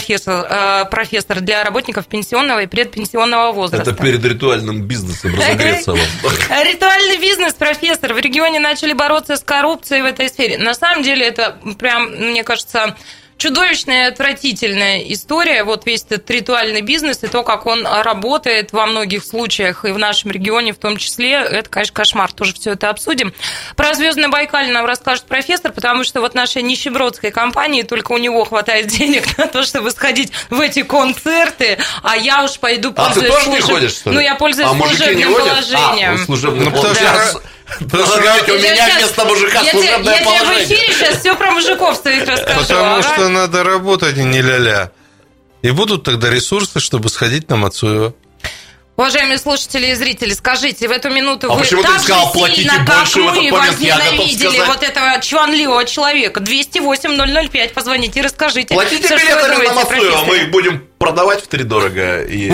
профессор для работников пенсионного и предпенсионного возраста. Это перед ритуальным бизнесом разогреться вам. Ритуальный бизнес, профессор. В регионе начали бороться с коррупцией в этой сфере. На самом деле это прям, мне кажется, чудовищная и отвратительная история. Вот весь этот ритуальный бизнес и то, как он работает во многих случаях, и в нашем регионе в том числе, это, конечно, кошмар. Тоже все это обсудим. Про Звездно-Байкалье нам расскажет профессор, потому что вот нашей нищебродской компании только у него хватает денег на то, чтобы сходить в эти концерты, а я уж пойду пользуясь ты тоже не ходишь, что ли? Ну, я пользуюсь мужики не служебным ходят? положением. Служебным потому что- положением. Потому что, говорите, у меня вместо мужика служебное Я тебе в положение. эфире сейчас все про мужиков своих расскажу. Потому ага. что надо работать, и не ля-ля. И будут тогда ресурсы, чтобы сходить на Мацуева. Уважаемые слушатели и зрители, скажите, в эту минуту А вы почему ты так не сказал, же платите сильно, как больше в этот мы, момент? Я готов возненавидели сказать. вот этого чванливого человека? 208-005, позвоните и расскажите. Платите всё, что билеты вы на думаете о Мацуева, мы профессоре. их будем продавать втридорого. И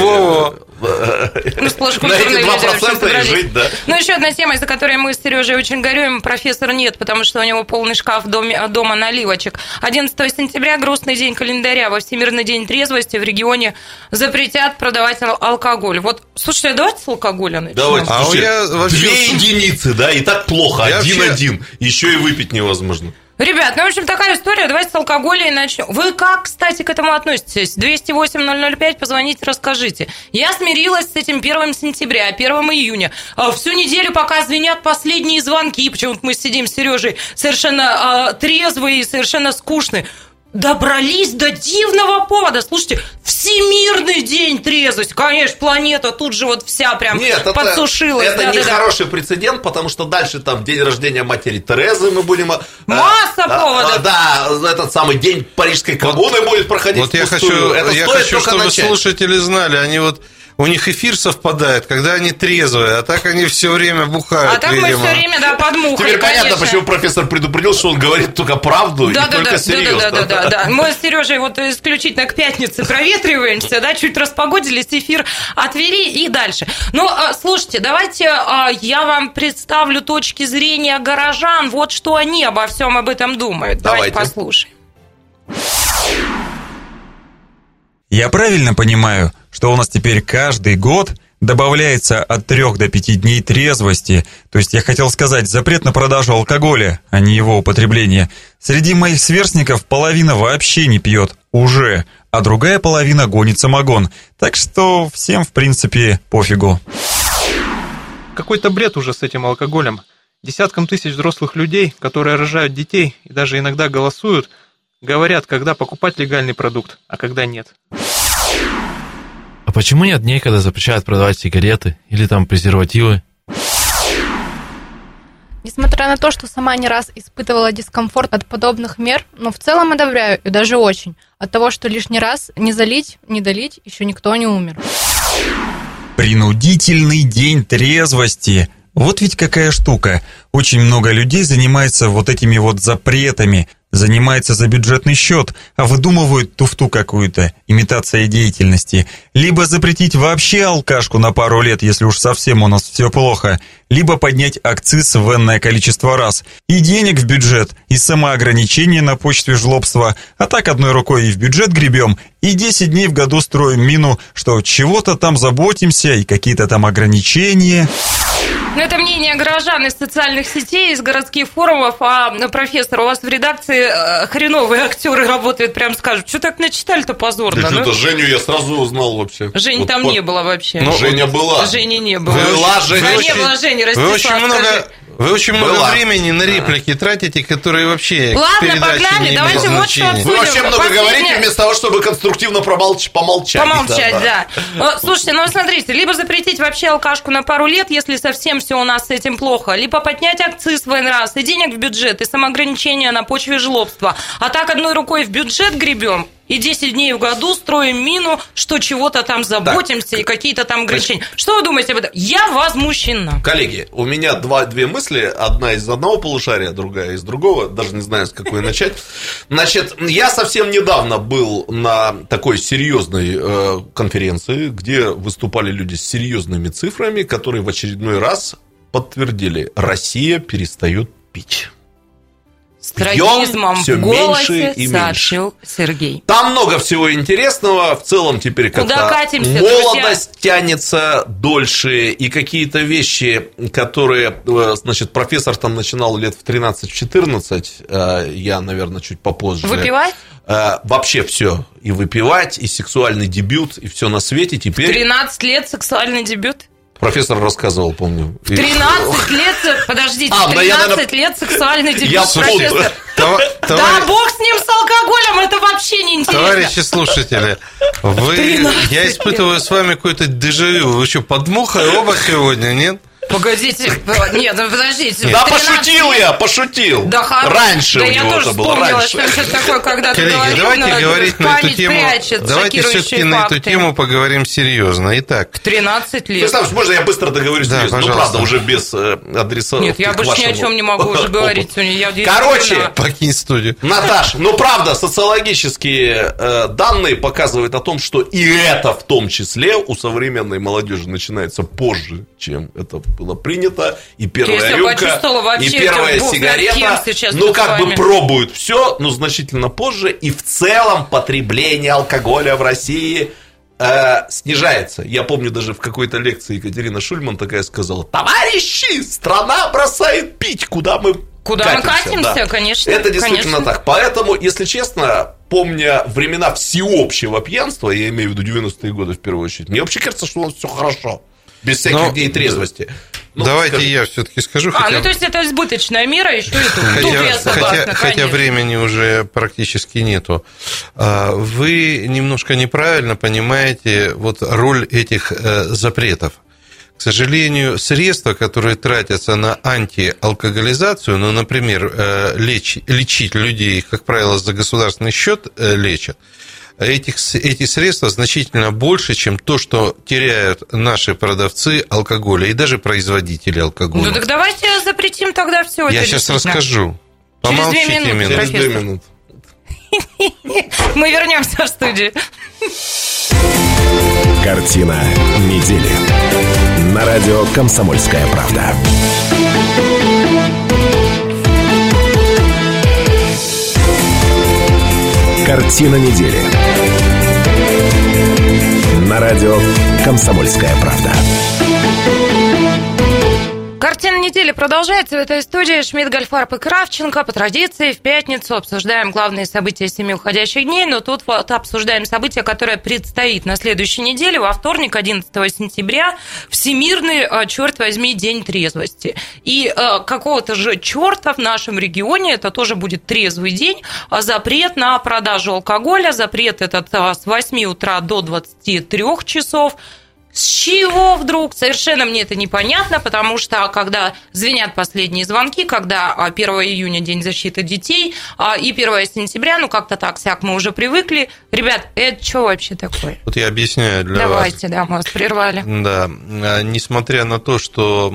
Ну, сплошь на культурные эти люди вообще 2% и собрались. жить, да. Ну, еще одна тема, из-за которой мы с Сережей очень горюем. Профессора нет, потому что у него полный шкаф дома наливочек. 11 сентября, грустный день календаря, во Всемирный день трезвости в регионе запретят продавать алкоголь. Вот, слушайте, давайте с алкоголя начнем. Давайте, А слушай, я вообще- 2 единицы, да, и так плохо, Я вообще- 1-1, еще и выпить невозможно. Ребят, ну, в общем, такая история. Давайте с алкоголя и начнем. Вы как, кстати, к этому относитесь? 208-005, позвоните, расскажите. Я смирилась с этим 1 сентября, 1 июня. Всю неделю, пока звенят последние звонки, почему-то мы сидим с Сережей совершенно трезвые и совершенно скучные. Добрались до дивного повода. Слушайте, Всемирный день трезвости. Конечно, планета тут же вот вся прям подсушилась. Это не хороший прецедент, потому что дальше там день рождения матери Терезы мы будем... Масса поводов. Да, этот самый день Парижской коммуны будет проходить Вот я впустую. хочу, чтобы слушатели знали, они вот... У них эфир совпадает, когда они трезвые, а так они все время бухают. А так мы все время, да, под мухой, Теперь понятно, конечно. почему профессор предупредил, что он говорит только правду и только серьезно. Да. Мы с Сережей вот исключительно к пятнице проветриваемся, да, чуть распогодились, эфир отвели и дальше. Ну, слушайте, давайте я вам представлю точки зрения горожан, вот что они обо всем об этом думают. Давайте послушаем. Я правильно понимаю, что у нас теперь каждый год добавляется от 3 до 5 дней трезвости? То есть я хотел сказать, запрет на продажу алкоголя, а не его употребление. Среди моих сверстников половина вообще не пьет уже, а другая половина гонит самогон. Так что всем, в принципе, пофигу. Какой-то бред уже с этим алкоголем. Десяткам тысяч взрослых людей, которые рожают детей и даже иногда голосуют, говорят, когда покупать легальный продукт, а когда нет. А почему нет дней, когда запрещают продавать сигареты или там презервативы? Несмотря на то, что сама не раз испытывала дискомфорт от подобных мер, но в целом одобряю, и даже очень. От того, что лишний раз не залить, не долить, еще никто не умер. Принудительный день трезвости. Вот ведь какая штука. Очень много людей занимается вот этими вот запретами, занимается за бюджетный счет, а выдумывают туфту какую-то, имитация деятельности. Либо запретить вообще алкашку на пару лет, если уж совсем у нас все плохо, либо поднять акциз в энное количество раз. И денег в бюджет, и самоограничения на почве жлобства. А так одной рукой и в бюджет гребем, и 10 дней в году строим мину, что чего-то там заботимся, и какие-то там ограничения. Ну, это мнение горожан из социальных сетей, из городских форумов. А, профессор, у вас в редакции хреновые актеры работают, прям скажут. Что так начитали-то позорно? Да что-то Женю я сразу узнал вообще. Жени вот там не было вообще. Ну, Женя была. Жени не было. Была Женя. Не было Жени, Ростислав, Вы очень много времени на реплики тратите, которые вообще Ладно, погнали, давайте вот что обсудим. Вы вообще много говорите вместо того, чтобы конструктивно помолчать. Помолчать, да. Слушайте, ну смотрите, либо запретить вообще алкашку на пару лет, если совсем все у нас с этим плохо, либо поднять акциз в раз, и денег в бюджет, и самоограничения на почве жлобства. А так одной рукой в бюджет гребем, и 10 дней в году строим мину, что чего-то там заботимся, и какие-то там ограничения. Что вы думаете об этом? Я возмущена. Коллеги, у меня две мысли. Одна из одного полушария, другая из другого. Даже не знаю, с какой начать. Значит, я совсем недавно был на такой серьезной конференции, где выступали люди с серьезными цифрами, которые в очередной раз подтвердили: Россия перестает пить. С трагизмом в голосе сообщил Сергей. Там много всего интересного. В целом теперь как-то молодость тянется дольше. И какие-то вещи, которые, значит, профессор там начинал лет в 13-14, я, наверное, чуть попозже. Выпивать? Вообще все. И выпивать, и сексуальный дебют, и все на свете. Теперь... В 13 лет сексуальный дебют? Профессор рассказывал, помню. В 13 лет, подождите, в 13 лет сексуальный дебют, профессор. Да бог с ним, с алкоголем, это вообще не интересно. Товарищи слушатели, я испытываю с вами какой-то дежавю. Вы что, под мухой оба сегодня, нет? Погодите, нет, ну подождите. Да пошутил. Да, раньше да, у него это было, раньше. Что такое, когда ты говоришь, давайте говорить на эту тему. Давайте все-таки на эту тему поговорим серьезно. Итак. В 13 лет. Представь, можно я быстро договорюсь? Да, ну, правда, уже без адреса. Нет, я больше ни о чем не могу уже говорить. Короче, покинь студию. Наташ, ну правда, социологические данные показывают о том, что и это в том числе у современной молодежи начинается позже, чем это было принято, и первая рюмка, и первая сигарета, ну как бы пробуют все, но значительно позже, и в целом потребление алкоголя в России снижается. Я помню, даже в какой-то лекции Екатерина Шульман такая сказала: товарищи, страна бросает пить, куда мы катимся, да. Конечно. Это действительно так. Поэтому, если честно, помня времена всеобщего пьянства, я имею в виду 90-е годы в первую очередь, мне вообще кажется, что у нас все хорошо. Без всяких дней трезвости. Давайте я все-таки скажу. Ну то есть это избыточная мера, еще и тут я согласна. Хотя времени уже практически нету. Вы немножко неправильно понимаете вот роль этих запретов. К сожалению, средства, которые тратятся на антиалкоголизацию, ну, например, лечить людей, как правило, за государственный счет лечат, эти средства значительно больше, чем то, что теряют наши продавцы алкоголя и даже производители алкоголя. Ну так давайте запретим тогда все. Я сейчас расскажу. Помолчите минуту. Через 2 минуты. Мы вернемся в студию. Картина недели. На радио «Комсомольская правда». Картина недели. На радио «Комсомольская правда». Картина недели продолжается в этой студии. Шмидт, Гольфарб и Кравченко. По традиции в пятницу обсуждаем главные события 7 уходящих дней, но тут вот обсуждаем событие, которое предстоит на следующей неделе. Во вторник, 11 сентября, Всемирный, черт возьми, день трезвости. И какого-то же черта в нашем регионе, это тоже будет трезвый день, запрет на продажу алкоголя, запрет этот с 8 утра до 23 часов. С чего вдруг? Совершенно мне это непонятно, потому что когда звенят последние звонки, когда 1 июня День защиты детей и 1 сентября, ну как-то так-сяк мы уже привыкли. Ребят, это что вообще такое? Вот я объясняю для вас. Давайте, да, мы вас прервали. Да, несмотря на то, что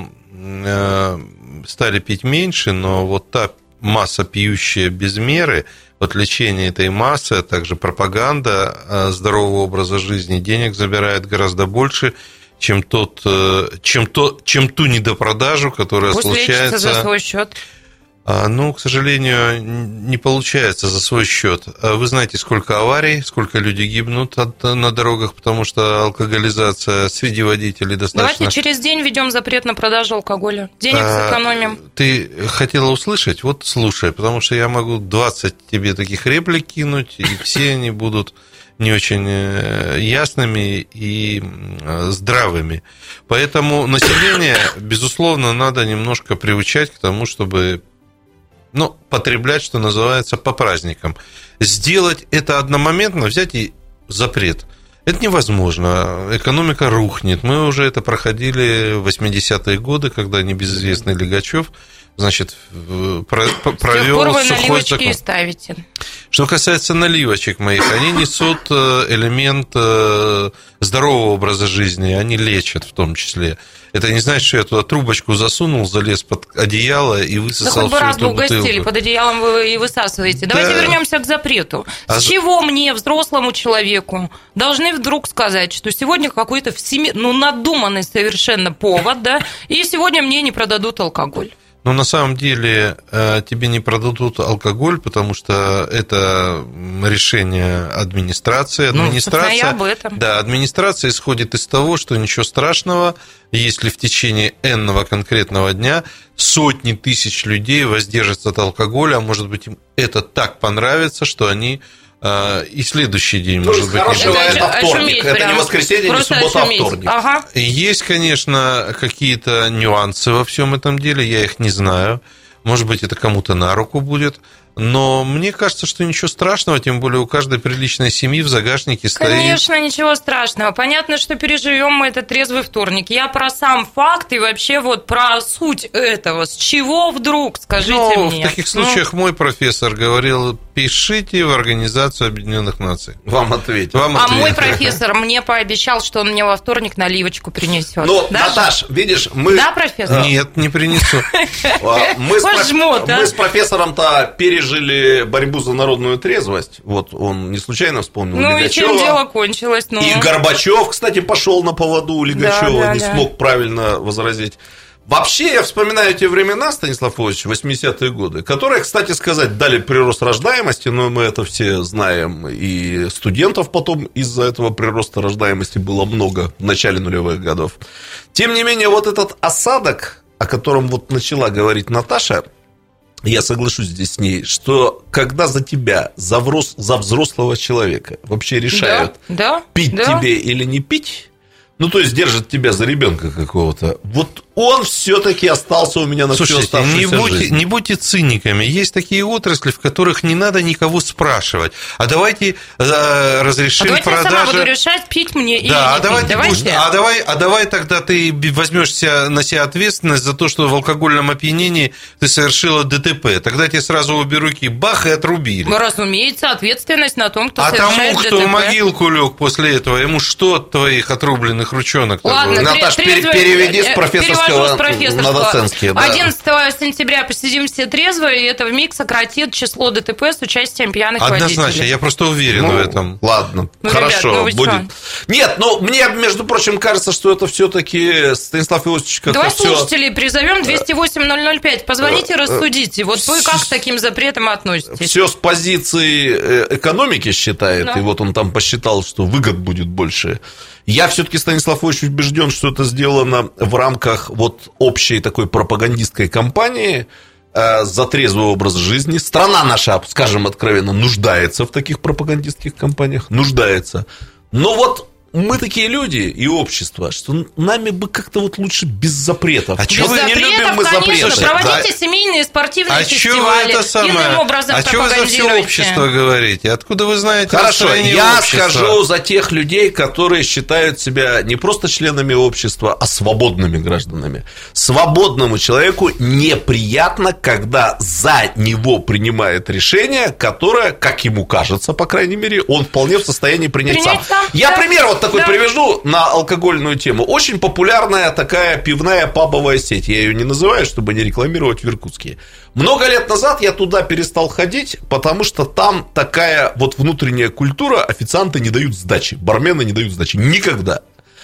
стали пить меньше, но вот та масса, пьющая без меры, вот лечение этой массы, а также пропаганда здорового образа жизни денег забирает гораздо больше, чем ту недопродажу, которая Пусть случается. лечится за свой счет. Ну, к сожалению, не получается за свой счет. Вы знаете, сколько аварий, сколько людей гибнут на дорогах, потому что алкоголизация среди водителей достаточно... Давайте через день введем запрет на продажу алкоголя. Денег сэкономим. Ты хотела услышать? Вот слушай, потому что я могу 20 тебе таких реплик кинуть, и все они будут не очень ясными и здравыми. Поэтому население, безусловно, надо немножко приучать к тому, чтобы потреблять, что называется, по праздникам. Сделать это одномоментно, взять и запрет. Это невозможно. Экономика рухнет. Мы уже это проходили в 80-е годы, когда небезызвестный Лигачев, значит, провел сухой закон. И ставите. Что касается наливочек моих, они несут элемент здорового образа жизни, они лечат в том числе. Это не значит, что я туда трубочку засунул, залез под одеяло и высосал всю эту бутылку. Да хоть бы раз бы угостили, под одеялом вы и высасываете. Давайте вернемся к запрету. С чего мне, взрослому человеку, должны вдруг сказать, что сегодня какой-то надуманный совершенно повод, да, и сегодня мне не продадут алкоголь? Но на самом деле тебе не продадут алкоголь, потому что это решение администрации. Администрация, я об этом. Да, администрация исходит из того, что ничего страшного, если в течение энного конкретного дня сотни тысяч людей воздержатся от алкоголя, а может быть, им это так понравится, что они... И следующий день, может быть, не бывает. Это вторник. Это не воскресенье, не суббота, а вторник. Ага. Есть, конечно, какие-то нюансы во всем этом деле, я их не знаю. Может быть, это кому-то на руку будет. Но мне кажется, что ничего страшного, тем более у каждой приличной семьи в загашнике стоит... Конечно, ничего страшного. Понятно, что переживем мы этот трезвый вторник. Я про сам факт и вообще вот про суть этого. С чего вдруг, скажите мне? В таких случаях мой профессор говорил, пишите в Организацию Объединенных Наций. Вам ответят. А мой профессор мне пообещал, что он мне во вторник наливочку принесет. Ну, Наташ, видишь, мы... Да, профессор? Нет, не принесу. Мы с профессором-то пережили борьбу за народную трезвость. Вот он не случайно вспомнил Лигачева. Ну и чем дело кончилось? И Горбачев, кстати, пошел на поводу у Лигачева, смог правильно возразить. Вообще, я вспоминаю те времена, Станислав Ильич, 80-е годы, которые, кстати сказать, дали прирост рождаемости, но мы это все знаем, и студентов потом из-за этого прироста рождаемости было много в начале нулевых годов. Тем не менее, вот этот осадок, о котором вот начала говорить Наташа, я соглашусь здесь с ней, что когда за тебя, за взрослого человека вообще решают, пить тебе или не пить, ну, то есть держат тебя за ребенка какого-то, вот он все-таки остался у меня на всю оставшуюся жизнь. Не будьте циниками. Есть такие отрасли, в которых не надо никого спрашивать. А давайте разрешим продажу... А давайте я сама буду решать, пить мне или не пить. Давай тогда ты возьмешь на себя ответственность за то, что в алкогольном опьянении ты совершила ДТП. Тогда тебе сразу обе руки бах и отрубили. Ну, разумеется, ответственность на том, кто совершает ДТП. А тому, кто в могилку лег после этого, ему что от твоих отрубленных ручонок? Ладно, Наташ, переведи с профессорского на доцентские. 11 сентября посидим все трезво, и это вмиг сократит число ДТП с участием пьяных водителей. Однозначно, я просто уверен в этом. Ладно, хорошо, ребят, будет. Нет, мне, между прочим, кажется, что это все-таки Станислав Иосифович как-то Давай слушателей призовем 208-005. Позвоните, рассудите. Вот вы как к таким запретам относитесь? Все с позиции экономики считает, и вот он там посчитал, что выгод будет больше. Я все-таки, Станислав Ильич, убежден, что это сделано в рамках вот общей такой пропагандистской кампании за трезвый образ жизни. Страна наша, скажем откровенно, нуждается в таких пропагандистских кампаниях, нуждается. Но вот мы такие люди и общество, что нами бы как-то вот лучше без запретов. А чего вы не любим мы запреты? Проводите семейные спортивные фестивали. Иным образом а что вы за все общество говорите? Откуда вы знаете? Хорошо, я скажу за тех людей, которые считают себя не просто членами общества, а свободными гражданами. Свободному человеку неприятно, когда за него принимает решение, которое, как ему кажется, по крайней мере, он вполне в состоянии принять сам. Я пример вот такой привяжу на алкогольную тему. Очень популярная такая пивная пабовая сеть. Я ее не называю, чтобы не рекламировать в Иркутске. Много лет назад я туда перестал ходить, потому что там такая вот внутренняя культура: официанты не дают сдачи, бармены не дают сдачи. Никогда.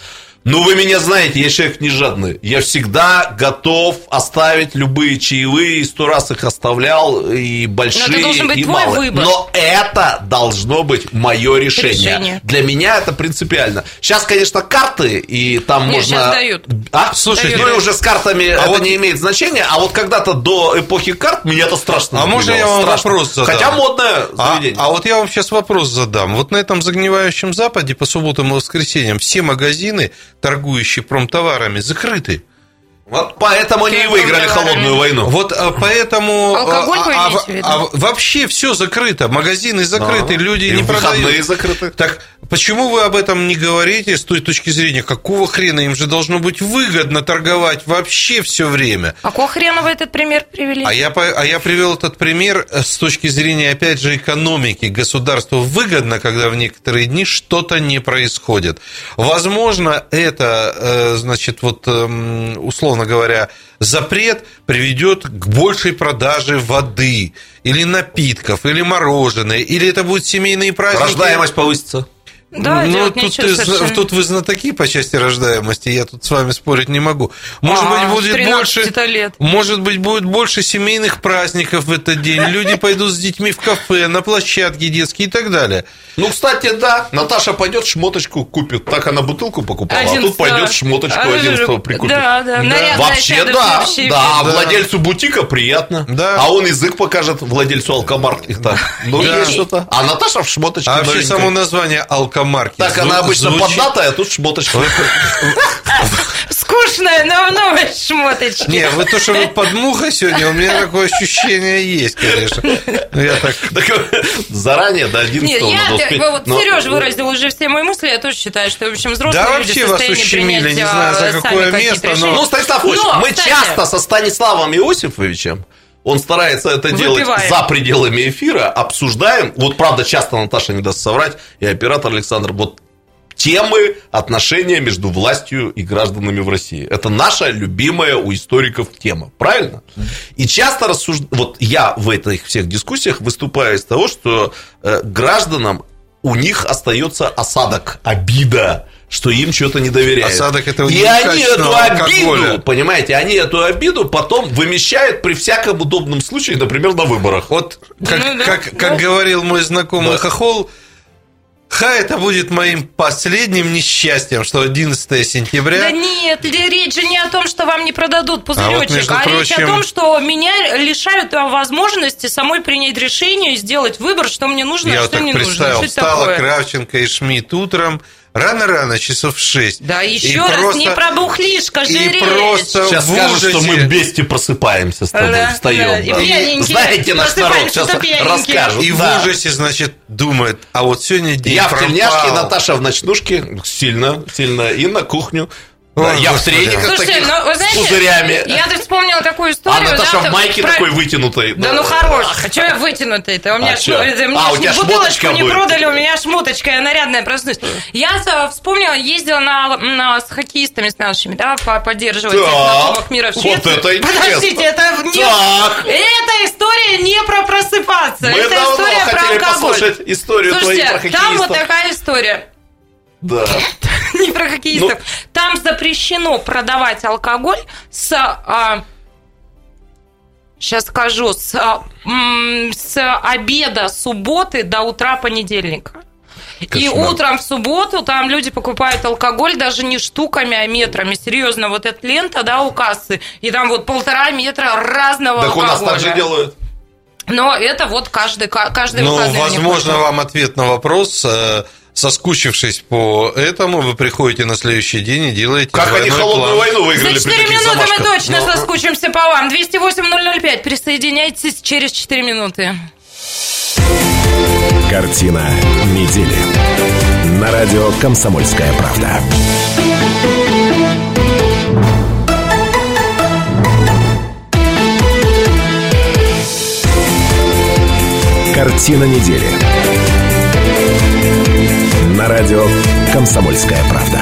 Ну, вы меня знаете, я человек не жадный. Я всегда готов оставить любые чаевые, и 100 раз их оставлял, и большие, но это должен быть и твой малые. выбор. Но это должно быть мое решение. Для меня это принципиально. Сейчас, конечно, карты, и там можно... Сейчас дают. Слушайте, ну уже с картами это не имеет значения, а вот когда-то до эпохи карт меня это страшно. А можно я вам вопрос задам? Хотя модное заведение. А вот я вам сейчас вопрос задам. Вот на этом загнивающем Западе по субботам и воскресеньям все магазины, торгующие промтоварами, закрыты. Вот поэтому они и выиграли холодную войну. Вот поэтому... Алкоголь вы имеете в виду? Вообще все закрыто, магазины закрыты, люди не продают. Выходные закрыты. Так почему вы об этом не говорите с той точки зрения, какого хрена им же должно быть выгодно торговать вообще все время? Какого хрена вы этот пример привели? А я привел этот пример с точки зрения, опять же, экономики. Государству выгодно, когда в некоторые дни что-то не происходит. Возможно, это, значит, вот условно говоря, запрет приведет к большей продаже воды или напитков, или мороженого, или это будут семейные праздники. Рождаемость повысится. Да, ну, тут вы знатоки по части рождаемости, я тут с вами спорить не могу. Может быть, будет больше семейных праздников в этот день, люди пойдут с детьми в кафе, на площадки детские и так далее. Ну, кстати, да, Наташа пойдет шмоточку купит, так она бутылку покупала, а тут пойдет шмоточку 11-го прикупит. Да. Вообще, да, владельцу бутика приятно, а он язык покажет владельцу алкомаркета. Ну, есть что-то. А Наташа в шмоточке. А вообще само название алкомаркет. Так, она обычно поддатая, а тут шмоточка. Скучная, но новая шмоточка. Не, вы то, что вы под мухой сегодня, у меня такое ощущение есть, конечно. Я так... Заранее до 11-го надо успеть. Вот Серёжа выразил уже все мои мысли, я тоже считаю, что, в общем, взрослые люди в состоянии принять не знаю, за какое место, но... Ну, Станислав Ильич, мы часто со Станиславом Иосифовичем, он старается это делать за пределами эфира, обсуждаем. Вот, правда, часто Наташа не даст соврать, и оператор Александр, вот темы отношения между властью и гражданами в России. Это наша любимая у историков тема, правильно? И часто вот я в этих всех дискуссиях выступаю из того, что гражданам у них остается осадок, обида, что им что-то не доверяют. Осадок этого и они эту обиду, понимаете, они эту обиду потом вымещают при всяком удобном случае, например, на выборах. Вот как говорил мой знакомый хохол, это будет моим последним несчастьем, что 11 сентября... Да нет, речь же не о том, что вам не продадут пузырёчек, а речь о том, что меня лишают возможности самой принять решение и сделать выбор, что мне нужно, а что не нужно. Я вот так представил, встала Кравченко и Шмидт утром, рано-рано, часов в 6. Да, еще раз, не пробухлишь, жиреть. Сейчас скажут, что мы вместе просыпаемся с тобой, встаем. Знаете наш народ, сейчас расскажут. И в ужасе, значит, думает, а вот сегодня день я в тельняшке, Наташа в ночнушке, сильно, и на кухню. Да, я в трениках таких с пузырями. Я тут вспомнила такую историю. А Наташа в майке такой вытянутой. Да ну хорош. А что я вытянутый-то? У меня бутылочку не продали, у меня шмоточка, я нарядная проснусь. Я вспомнила, ездила с хоккеистами с нашими, да, поддерживать их на Кубок мира в Швеции. Вот это интересно. Подождите, эта история не про просыпаться. Это история про алкоголь. Послушать историю твою про хоккеистов. Там вот такая история. Да. Не про хоккеистов. Там запрещено продавать алкоголь сейчас скажу, с обеда субботы до утра понедельника. Кошмар. И утром в субботу там люди покупают алкоголь даже не штуками, а метрами. Серьезно, вот эта лента, да, у кассы, и там вот 1,5 метра разного алкоголя. Так у нас так же делают. Но это вот каждый выходный. Возможно, вам ответ на вопрос соскучившись по этому, вы приходите на следующий день и делаете Как они холодную войну выиграли За 4 минуты мы точно соскучимся по вам. 208-005. Присоединяйтесь через 4 минуты. Картина недели. На радио «Комсомольская правда». Картина недели. На радио «Комсомольская правда».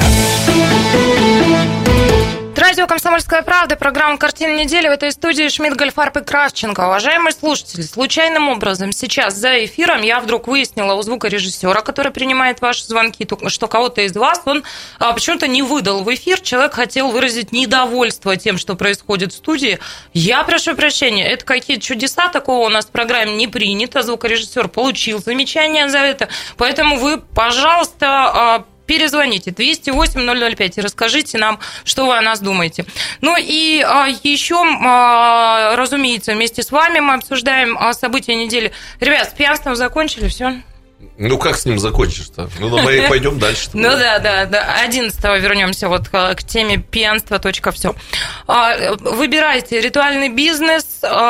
Радио «Комсомольская правда», программа «Картина недели». В этой студии Шмидт, Гольфарб и Кравченко. Уважаемые слушатели, случайным образом сейчас за эфиром я вдруг выяснила у звукорежиссера, который принимает ваши звонки, что кого-то из вас он почему-то не выдал в эфир. Человек хотел выразить недовольство тем, что происходит в студии. Я прошу прощения, это какие-то чудеса, такого у нас в программе не принято. Звукорежиссер получил замечание за это. Поэтому вы, пожалуйста, перезвоните 208-005 и расскажите нам, что вы о нас думаете. Ну и еще, разумеется, вместе с вами мы обсуждаем события недели. Ребят, с пьянством закончили, все? Ну, как с ним закончишь-то? Ну, давай пойдем дальше. Ну, да. 11-го вернемся вот к теме пьянства.все. Выбирайте ритуальный бизнес,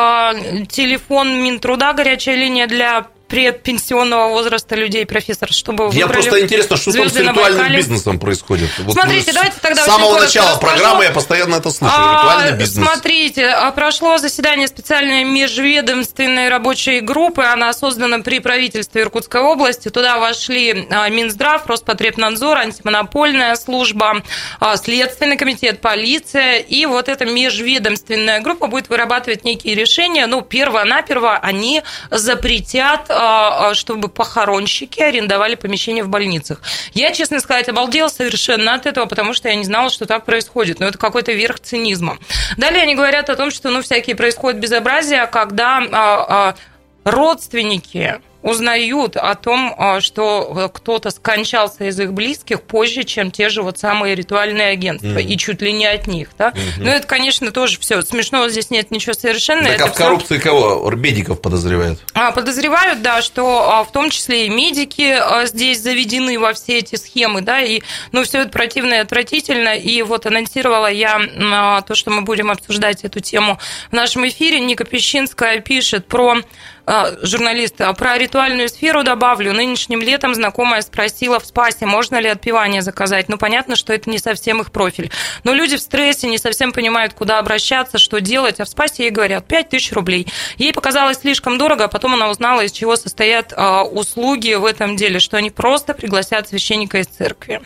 телефон Минтруда, горячая линия для предпенсионного возраста людей, профессор, чтобы вы Я просто интересно, что там с ритуальным бизнесом происходит. Вот смотрите, давайте тогда с самого начала программы я постоянно это слышу. Ритуальный бизнес. Смотрите, прошло заседание специальной межведомственной рабочей группы. Она создана при правительстве Иркутской области. Туда вошли Минздрав, Роспотребнадзор, антимонопольная служба, Следственный комитет, полиция. И вот эта межведомственная группа будет вырабатывать некие решения. Ну, перво-наперво они запретят, чтобы похоронщики арендовали помещения в больницах. Я, честно сказать, обалдела совершенно от этого, потому что я не знала, что так происходит. Но это какой-то верх цинизма. Далее они говорят о том, что всякие происходят безобразия, когда родственники узнают о том, что кто-то скончался из их близких позже, чем те же вот самые ритуальные агентства, и чуть ли не от них, да? Ну, это, конечно, тоже все. Смешного здесь нет ничего совершенно. Так, а в коррупции кого? Медиков подозревают? Подозревают, да, что в том числе и медики здесь заведены во все эти схемы, да, и, все это противно и отвратительно, и вот анонсировала я то, что мы будем обсуждать эту тему в нашем эфире. Ника Пещинская пишет журналист, про ритуальную сферу добавлю. Нынешним летом знакомая спросила в СПАСе, можно ли отпевание заказать. Понятно, что это не совсем их профиль. Но люди в стрессе, не совсем понимают, куда обращаться, что делать. А в СПАСе ей говорят 5000 рублей. Ей показалось слишком дорого, а потом она узнала, из чего состоят услуги в этом деле, что они просто пригласят священника из церкви.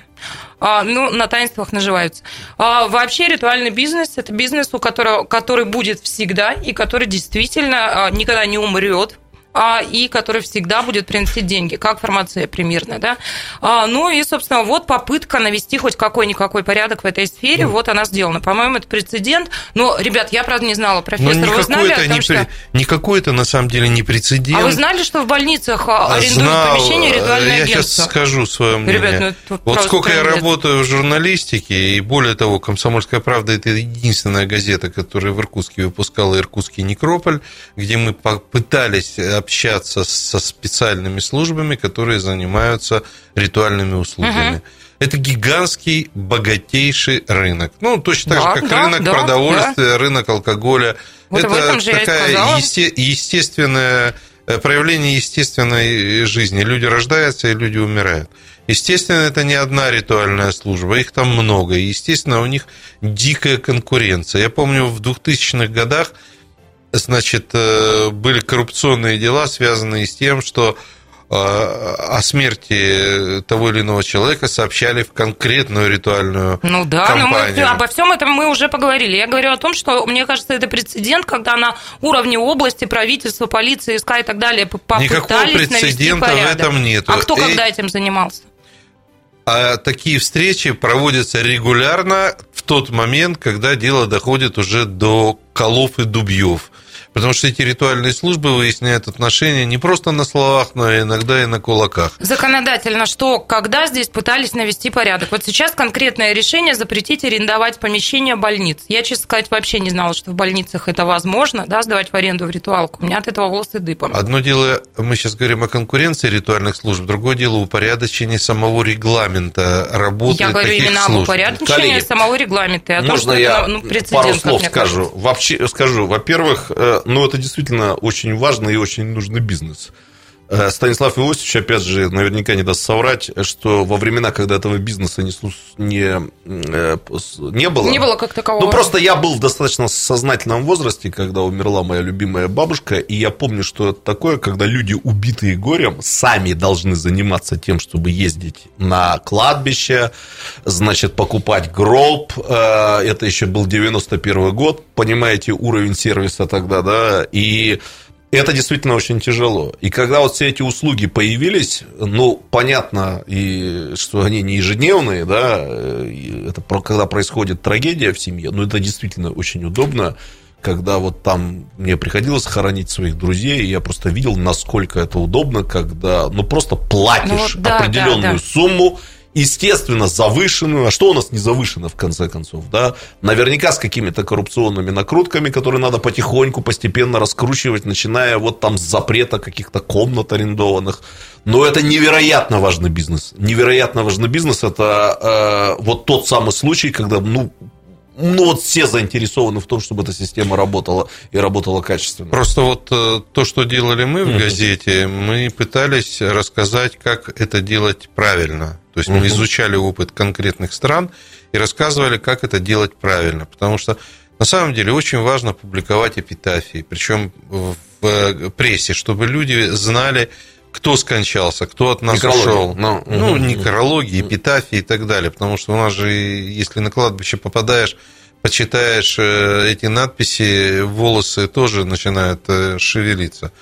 На таинствах наживаются. Вообще ритуальный бизнес – это бизнес, который будет всегда и который действительно никогда не умрет, и который всегда будет приносить деньги, как фармация примерно, да. И, собственно, вот попытка навести хоть какой-никакой порядок в этой сфере, вот она сделана. По-моему, это прецедент. Но, ребят, я, правда, не знала, профессор, вы знали о том, что... Никакой это, на самом деле, не прецедент. А вы знали, что в больницах арендуют помещения ритуальные агентства? Я сейчас скажу свое мнение. Ребят, вот сколько я работаю в журналистике, и более того, «Комсомольская правда» – это единственная газета, которая в Иркутске выпускала «Иркутский некрополь», где мы попытались общаться со специальными службами, которые занимаются ритуальными услугами. Это гигантский, богатейший рынок. Точно так же, как рынок продовольствия, рынок алкоголя. Вот это такая естественное проявление естественной жизни. Люди рождаются, и люди умирают. Естественно, это не одна ритуальная служба, их там много. И, естественно, у них дикая конкуренция. Я помню, в 2000-х годах были коррупционные дела, связанные с тем, что о смерти того или иного человека сообщали в конкретную ритуальную компанию. Обо всем этом мы уже поговорили. Я говорю о том, что, мне кажется, это прецедент, когда на уровне области, правительства, полиции, СК и так далее попытались никакого прецедента в этом нет. А кто когда этим занимался? А такие встречи проводятся регулярно в тот момент, когда дело доходит уже до колов и дубьев. Потому что эти ритуальные службы выясняют отношения не просто на словах, но и иногда и на кулаках. Законодательно что, когда здесь пытались навести порядок? Вот сейчас конкретное решение запретить арендовать помещения больниц. Я, честно сказать, вообще не знала, что в больницах это возможно, да, сдавать в аренду в ритуалку. У меня от этого волосы дыбом. Одно дело, мы сейчас говорим о конкуренции ритуальных служб, другое дело упорядочение самого регламента работы таких служб. Я говорю именно об упорядочении самого регламента. О том, можно что я пару слов скажу? Кажется. Вообще скажу. Во-первых, это действительно очень важный и очень нужный бизнес. Станислав Иосифович, опять же, наверняка не даст соврать, что во времена, когда этого бизнеса не было... Не было как такового. Просто я был в достаточно сознательном возрасте, когда умерла моя любимая бабушка, и я помню, что это такое, когда люди, убитые горем, сами должны заниматься тем, чтобы ездить на кладбище, значит, покупать гроб. Это еще был 91 год, понимаете, уровень сервиса тогда, да, и... Это действительно очень тяжело. И когда вот все эти услуги появились, понятно, и что они не ежедневные, да, это когда происходит трагедия в семье, это действительно очень удобно, когда вот там мне приходилось хоронить своих друзей, и я просто видел, насколько это удобно, когда, просто платишь определенную сумму, естественно, завышенную. А что у нас не завышено, в конце концов, да? Наверняка с какими-то коррупционными накрутками, которые надо потихоньку, постепенно раскручивать, начиная вот там с запрета каких-то комнат арендованных. Но это невероятно важный бизнес. Невероятно важный бизнес. Это вот тот самый случай, когда, все заинтересованы в том, чтобы эта система работала и работала качественно. Просто вот то, что делали мы в газете, мы пытались рассказать, как это делать правильно. То есть мы изучали опыт конкретных стран и рассказывали, как это делать правильно. Потому что на самом деле очень важно публиковать эпитафии, причем в прессе, чтобы люди знали, кто скончался, кто от нас ушел. Некрологи, эпитафии и так далее. Потому что у нас же, если на кладбище попадаешь, почитаешь эти надписи, волосы тоже начинают шевелиться.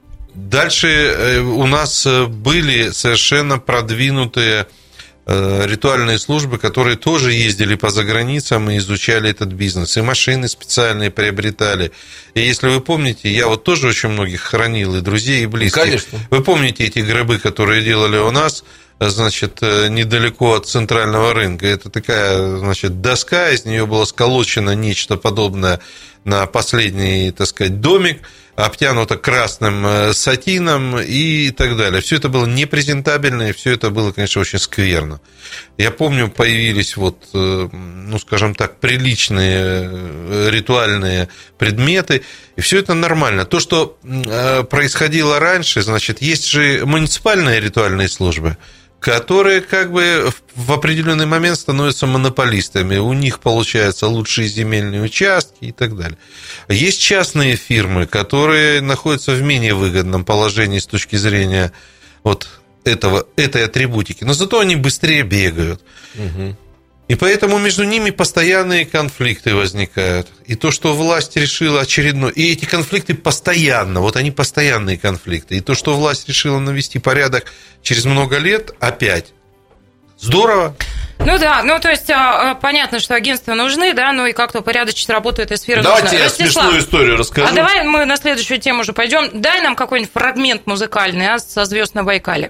Дальше у нас были совершенно продвинутые ритуальные службы, которые тоже ездили по заграницам и изучали этот бизнес. И машины специальные приобретали. И если вы помните, я вот тоже очень многих хоронил, и друзей, и близких. Конечно. Вы помните эти гробы, которые делали у нас, значит, недалеко от центрального рынка? Это такая, значит, доска, из нее было сколочено нечто подобное на последний, так сказать, домик, обтянуто красным сатином и так далее. Все это было непрезентабельно, и все это было, конечно, очень скверно. Я помню, появились скажем так, приличные ритуальные предметы, и все это нормально. То, что происходило раньше, значит, есть же муниципальные ритуальные службы, которые как бы в определенный момент становятся монополистами. У них получаются лучшие земельные участки и так далее. Есть частные фирмы, которые находятся в менее выгодном положении с точки зрения вот этой атрибутики, но зато они быстрее бегают. И поэтому между ними постоянные конфликты возникают. И то, что власть решила очередной... И эти конфликты постоянно, вот они постоянные конфликты. И то, что власть решила навести порядок через много лет, опять. Здорово. То есть понятно, что агентства нужны, да, и как-то порядочно работает и сфера нужна. Давайте я смешную историю расскажу. А давай мы на следующую тему уже пойдем. Дай нам какой-нибудь фрагмент музыкальный со звезд на Байкале.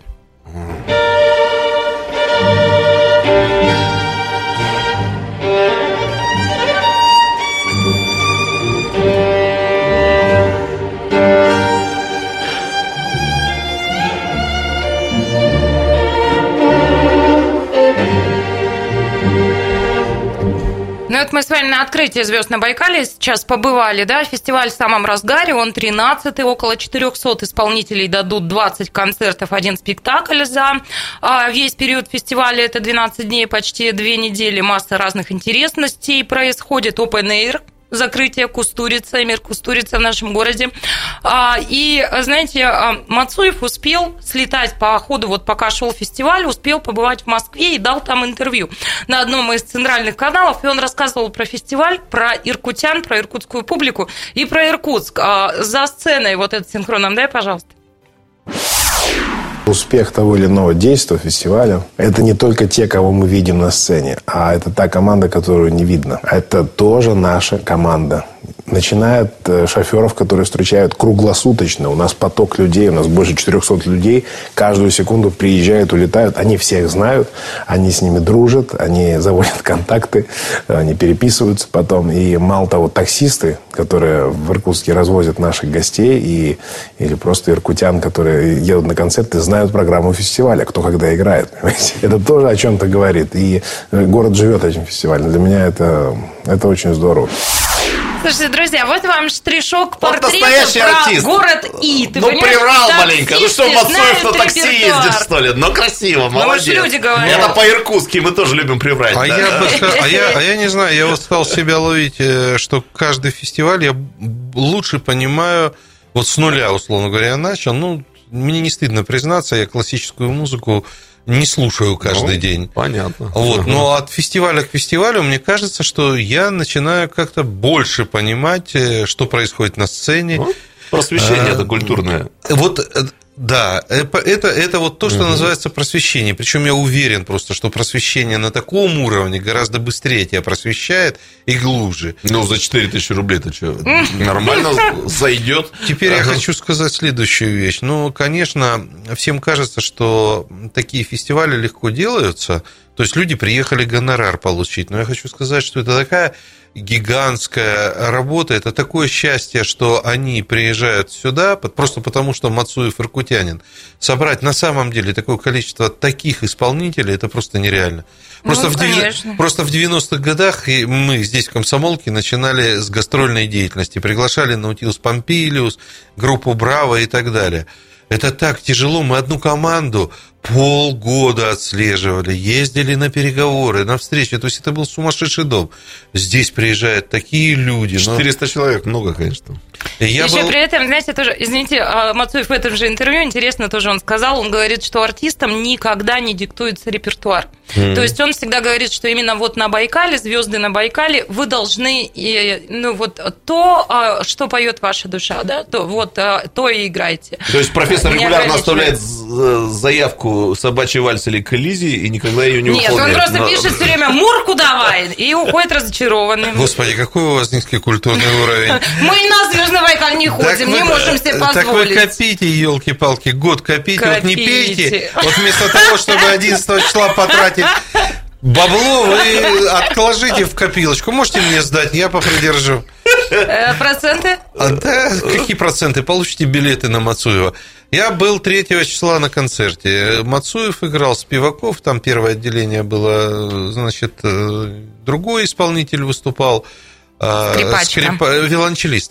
Мы с вами на открытии «Звезд на Байкале» сейчас побывали, да, фестиваль в самом разгаре, он 13-й, около 400 исполнителей дадут 20 концертов, 1 спектакль за весь период фестиваля, это 12 дней, почти 2 недели, масса разных интересностей происходит, open air, закрытие Кустурицы, мир Кустурицы в нашем городе. И, знаете, Мацуев успел слетать по ходу, вот пока шел фестиваль, успел побывать в Москве и дал там интервью на одном из центральных каналов, и он рассказывал про фестиваль, про иркутян, про иркутскую публику и про Иркутск. За сценой вот этот синхрон нам дай, пожалуйста. Успех того или иного действия, фестиваля, это не только те, кого мы видим на сцене, а это та команда, которую не видно. Это тоже наша команда. начиная от шоферов, которые встречают круглосуточно. У нас поток людей, у нас больше 400 людей. Каждую секунду приезжают, улетают. Они всех знают, они с ними дружат, они заводят контакты, они переписываются потом. И мало того, таксисты, которые в Иркутске развозят наших гостей, или просто иркутян, которые едут на концерты, знают программу фестиваля, кто когда играет. Понимаете? Это тоже о чем-то говорит. И город живет этим фестивалем. Для меня это очень здорово. Слушайте, друзья, вот вам штришок портрету про артист. Город И. Ты приврал маленько. Ну что, Мацуев на такси ездит, что ли? Ну, красиво, молодец. Люди говорят. Это по-иркутски, мы тоже любим приврать. Я не знаю, я вот стал себя ловить, что каждый фестиваль я лучше понимаю, вот с нуля, условно говоря, я начал. Ну, мне не стыдно признаться, я классическую музыку не слушаю каждый день. Понятно. Вот. Но от фестиваля к фестивалю мне кажется, что я начинаю как-то больше понимать, что происходит на сцене. Просвещение это культурное. Вот, да, это вот то, что называется просвещение. Причем я уверен просто, что просвещение на таком уровне гораздо быстрее тебя просвещает и глубже. Ну, за 4000 рублей это что, нормально зайдет? Теперь я хочу сказать следующую вещь. Ну, конечно, всем кажется, что такие фестивали легко делаются. То есть люди приехали гонорар получить. Но я хочу сказать, что это такая гигантская работа, это такое счастье, что они приезжают сюда просто потому, что Мацуев иркутянин. Собрать на самом деле такое количество таких исполнителей, это просто нереально. Просто, просто в 90-х годах мы здесь в Комсомолке начинали с гастрольной деятельности, приглашали Наутилус Помпилиус, группу Браво и так далее. Это так тяжело, мы одну команду полгода отслеживали, ездили на переговоры, на встречи, то есть это был сумасшедший дом. Здесь приезжают такие люди. 400 человек, много, конечно. Еще при этом, знаете, тоже, извините, Мацуев в этом же интервью, интересно тоже он сказал, он говорит, что артистам никогда не диктуется репертуар. То есть он всегда говорит, что именно вот на Байкале, звезды на Байкале, вы должны, ну вот то, что поет ваша душа, да, то и играйте. То есть профессор регулярно оставляет заявку «Собачий вальс» или «Коллизии» и никогда ее не выполняет. Нет, он просто пишет все время «Мурку давай» и уходит разочарованным. Господи, какой у вас низкий культурный уровень. Мы на Звездный Байкал не ходим, не можем себе позволить. Так вы копите, елки-палки, год копите, вот не пейте. Вот вместо того, чтобы 11 числа потратить бабло, вы отложите в копилочку. Можете мне сдать, я попридержу. Проценты? Да, какие проценты? Получите билеты на Мацуева. Я был 3 числа на концерте. Мацуев играл, Спиваков, там первое отделение было, значит, другой исполнитель выступал, виолончелист.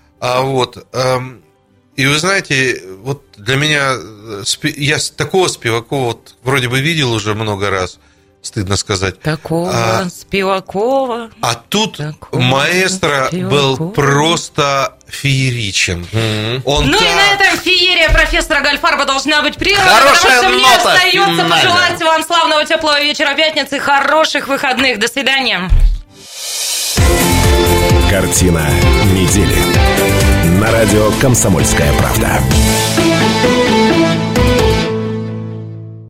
И вы знаете, вот для меня, я такого Спивакова вот вроде бы видел уже много раз, стыдно сказать. Такого Спивакова. А тут маэстро был просто фееричен. И на этом феерия профессора Гальфарба должна быть прервана. Хорошая потому что нота. мне остается пожелать вам славного теплого вечера пятницы, хороших выходных. До свидания. Картина недели. На радио «Комсомольская правда».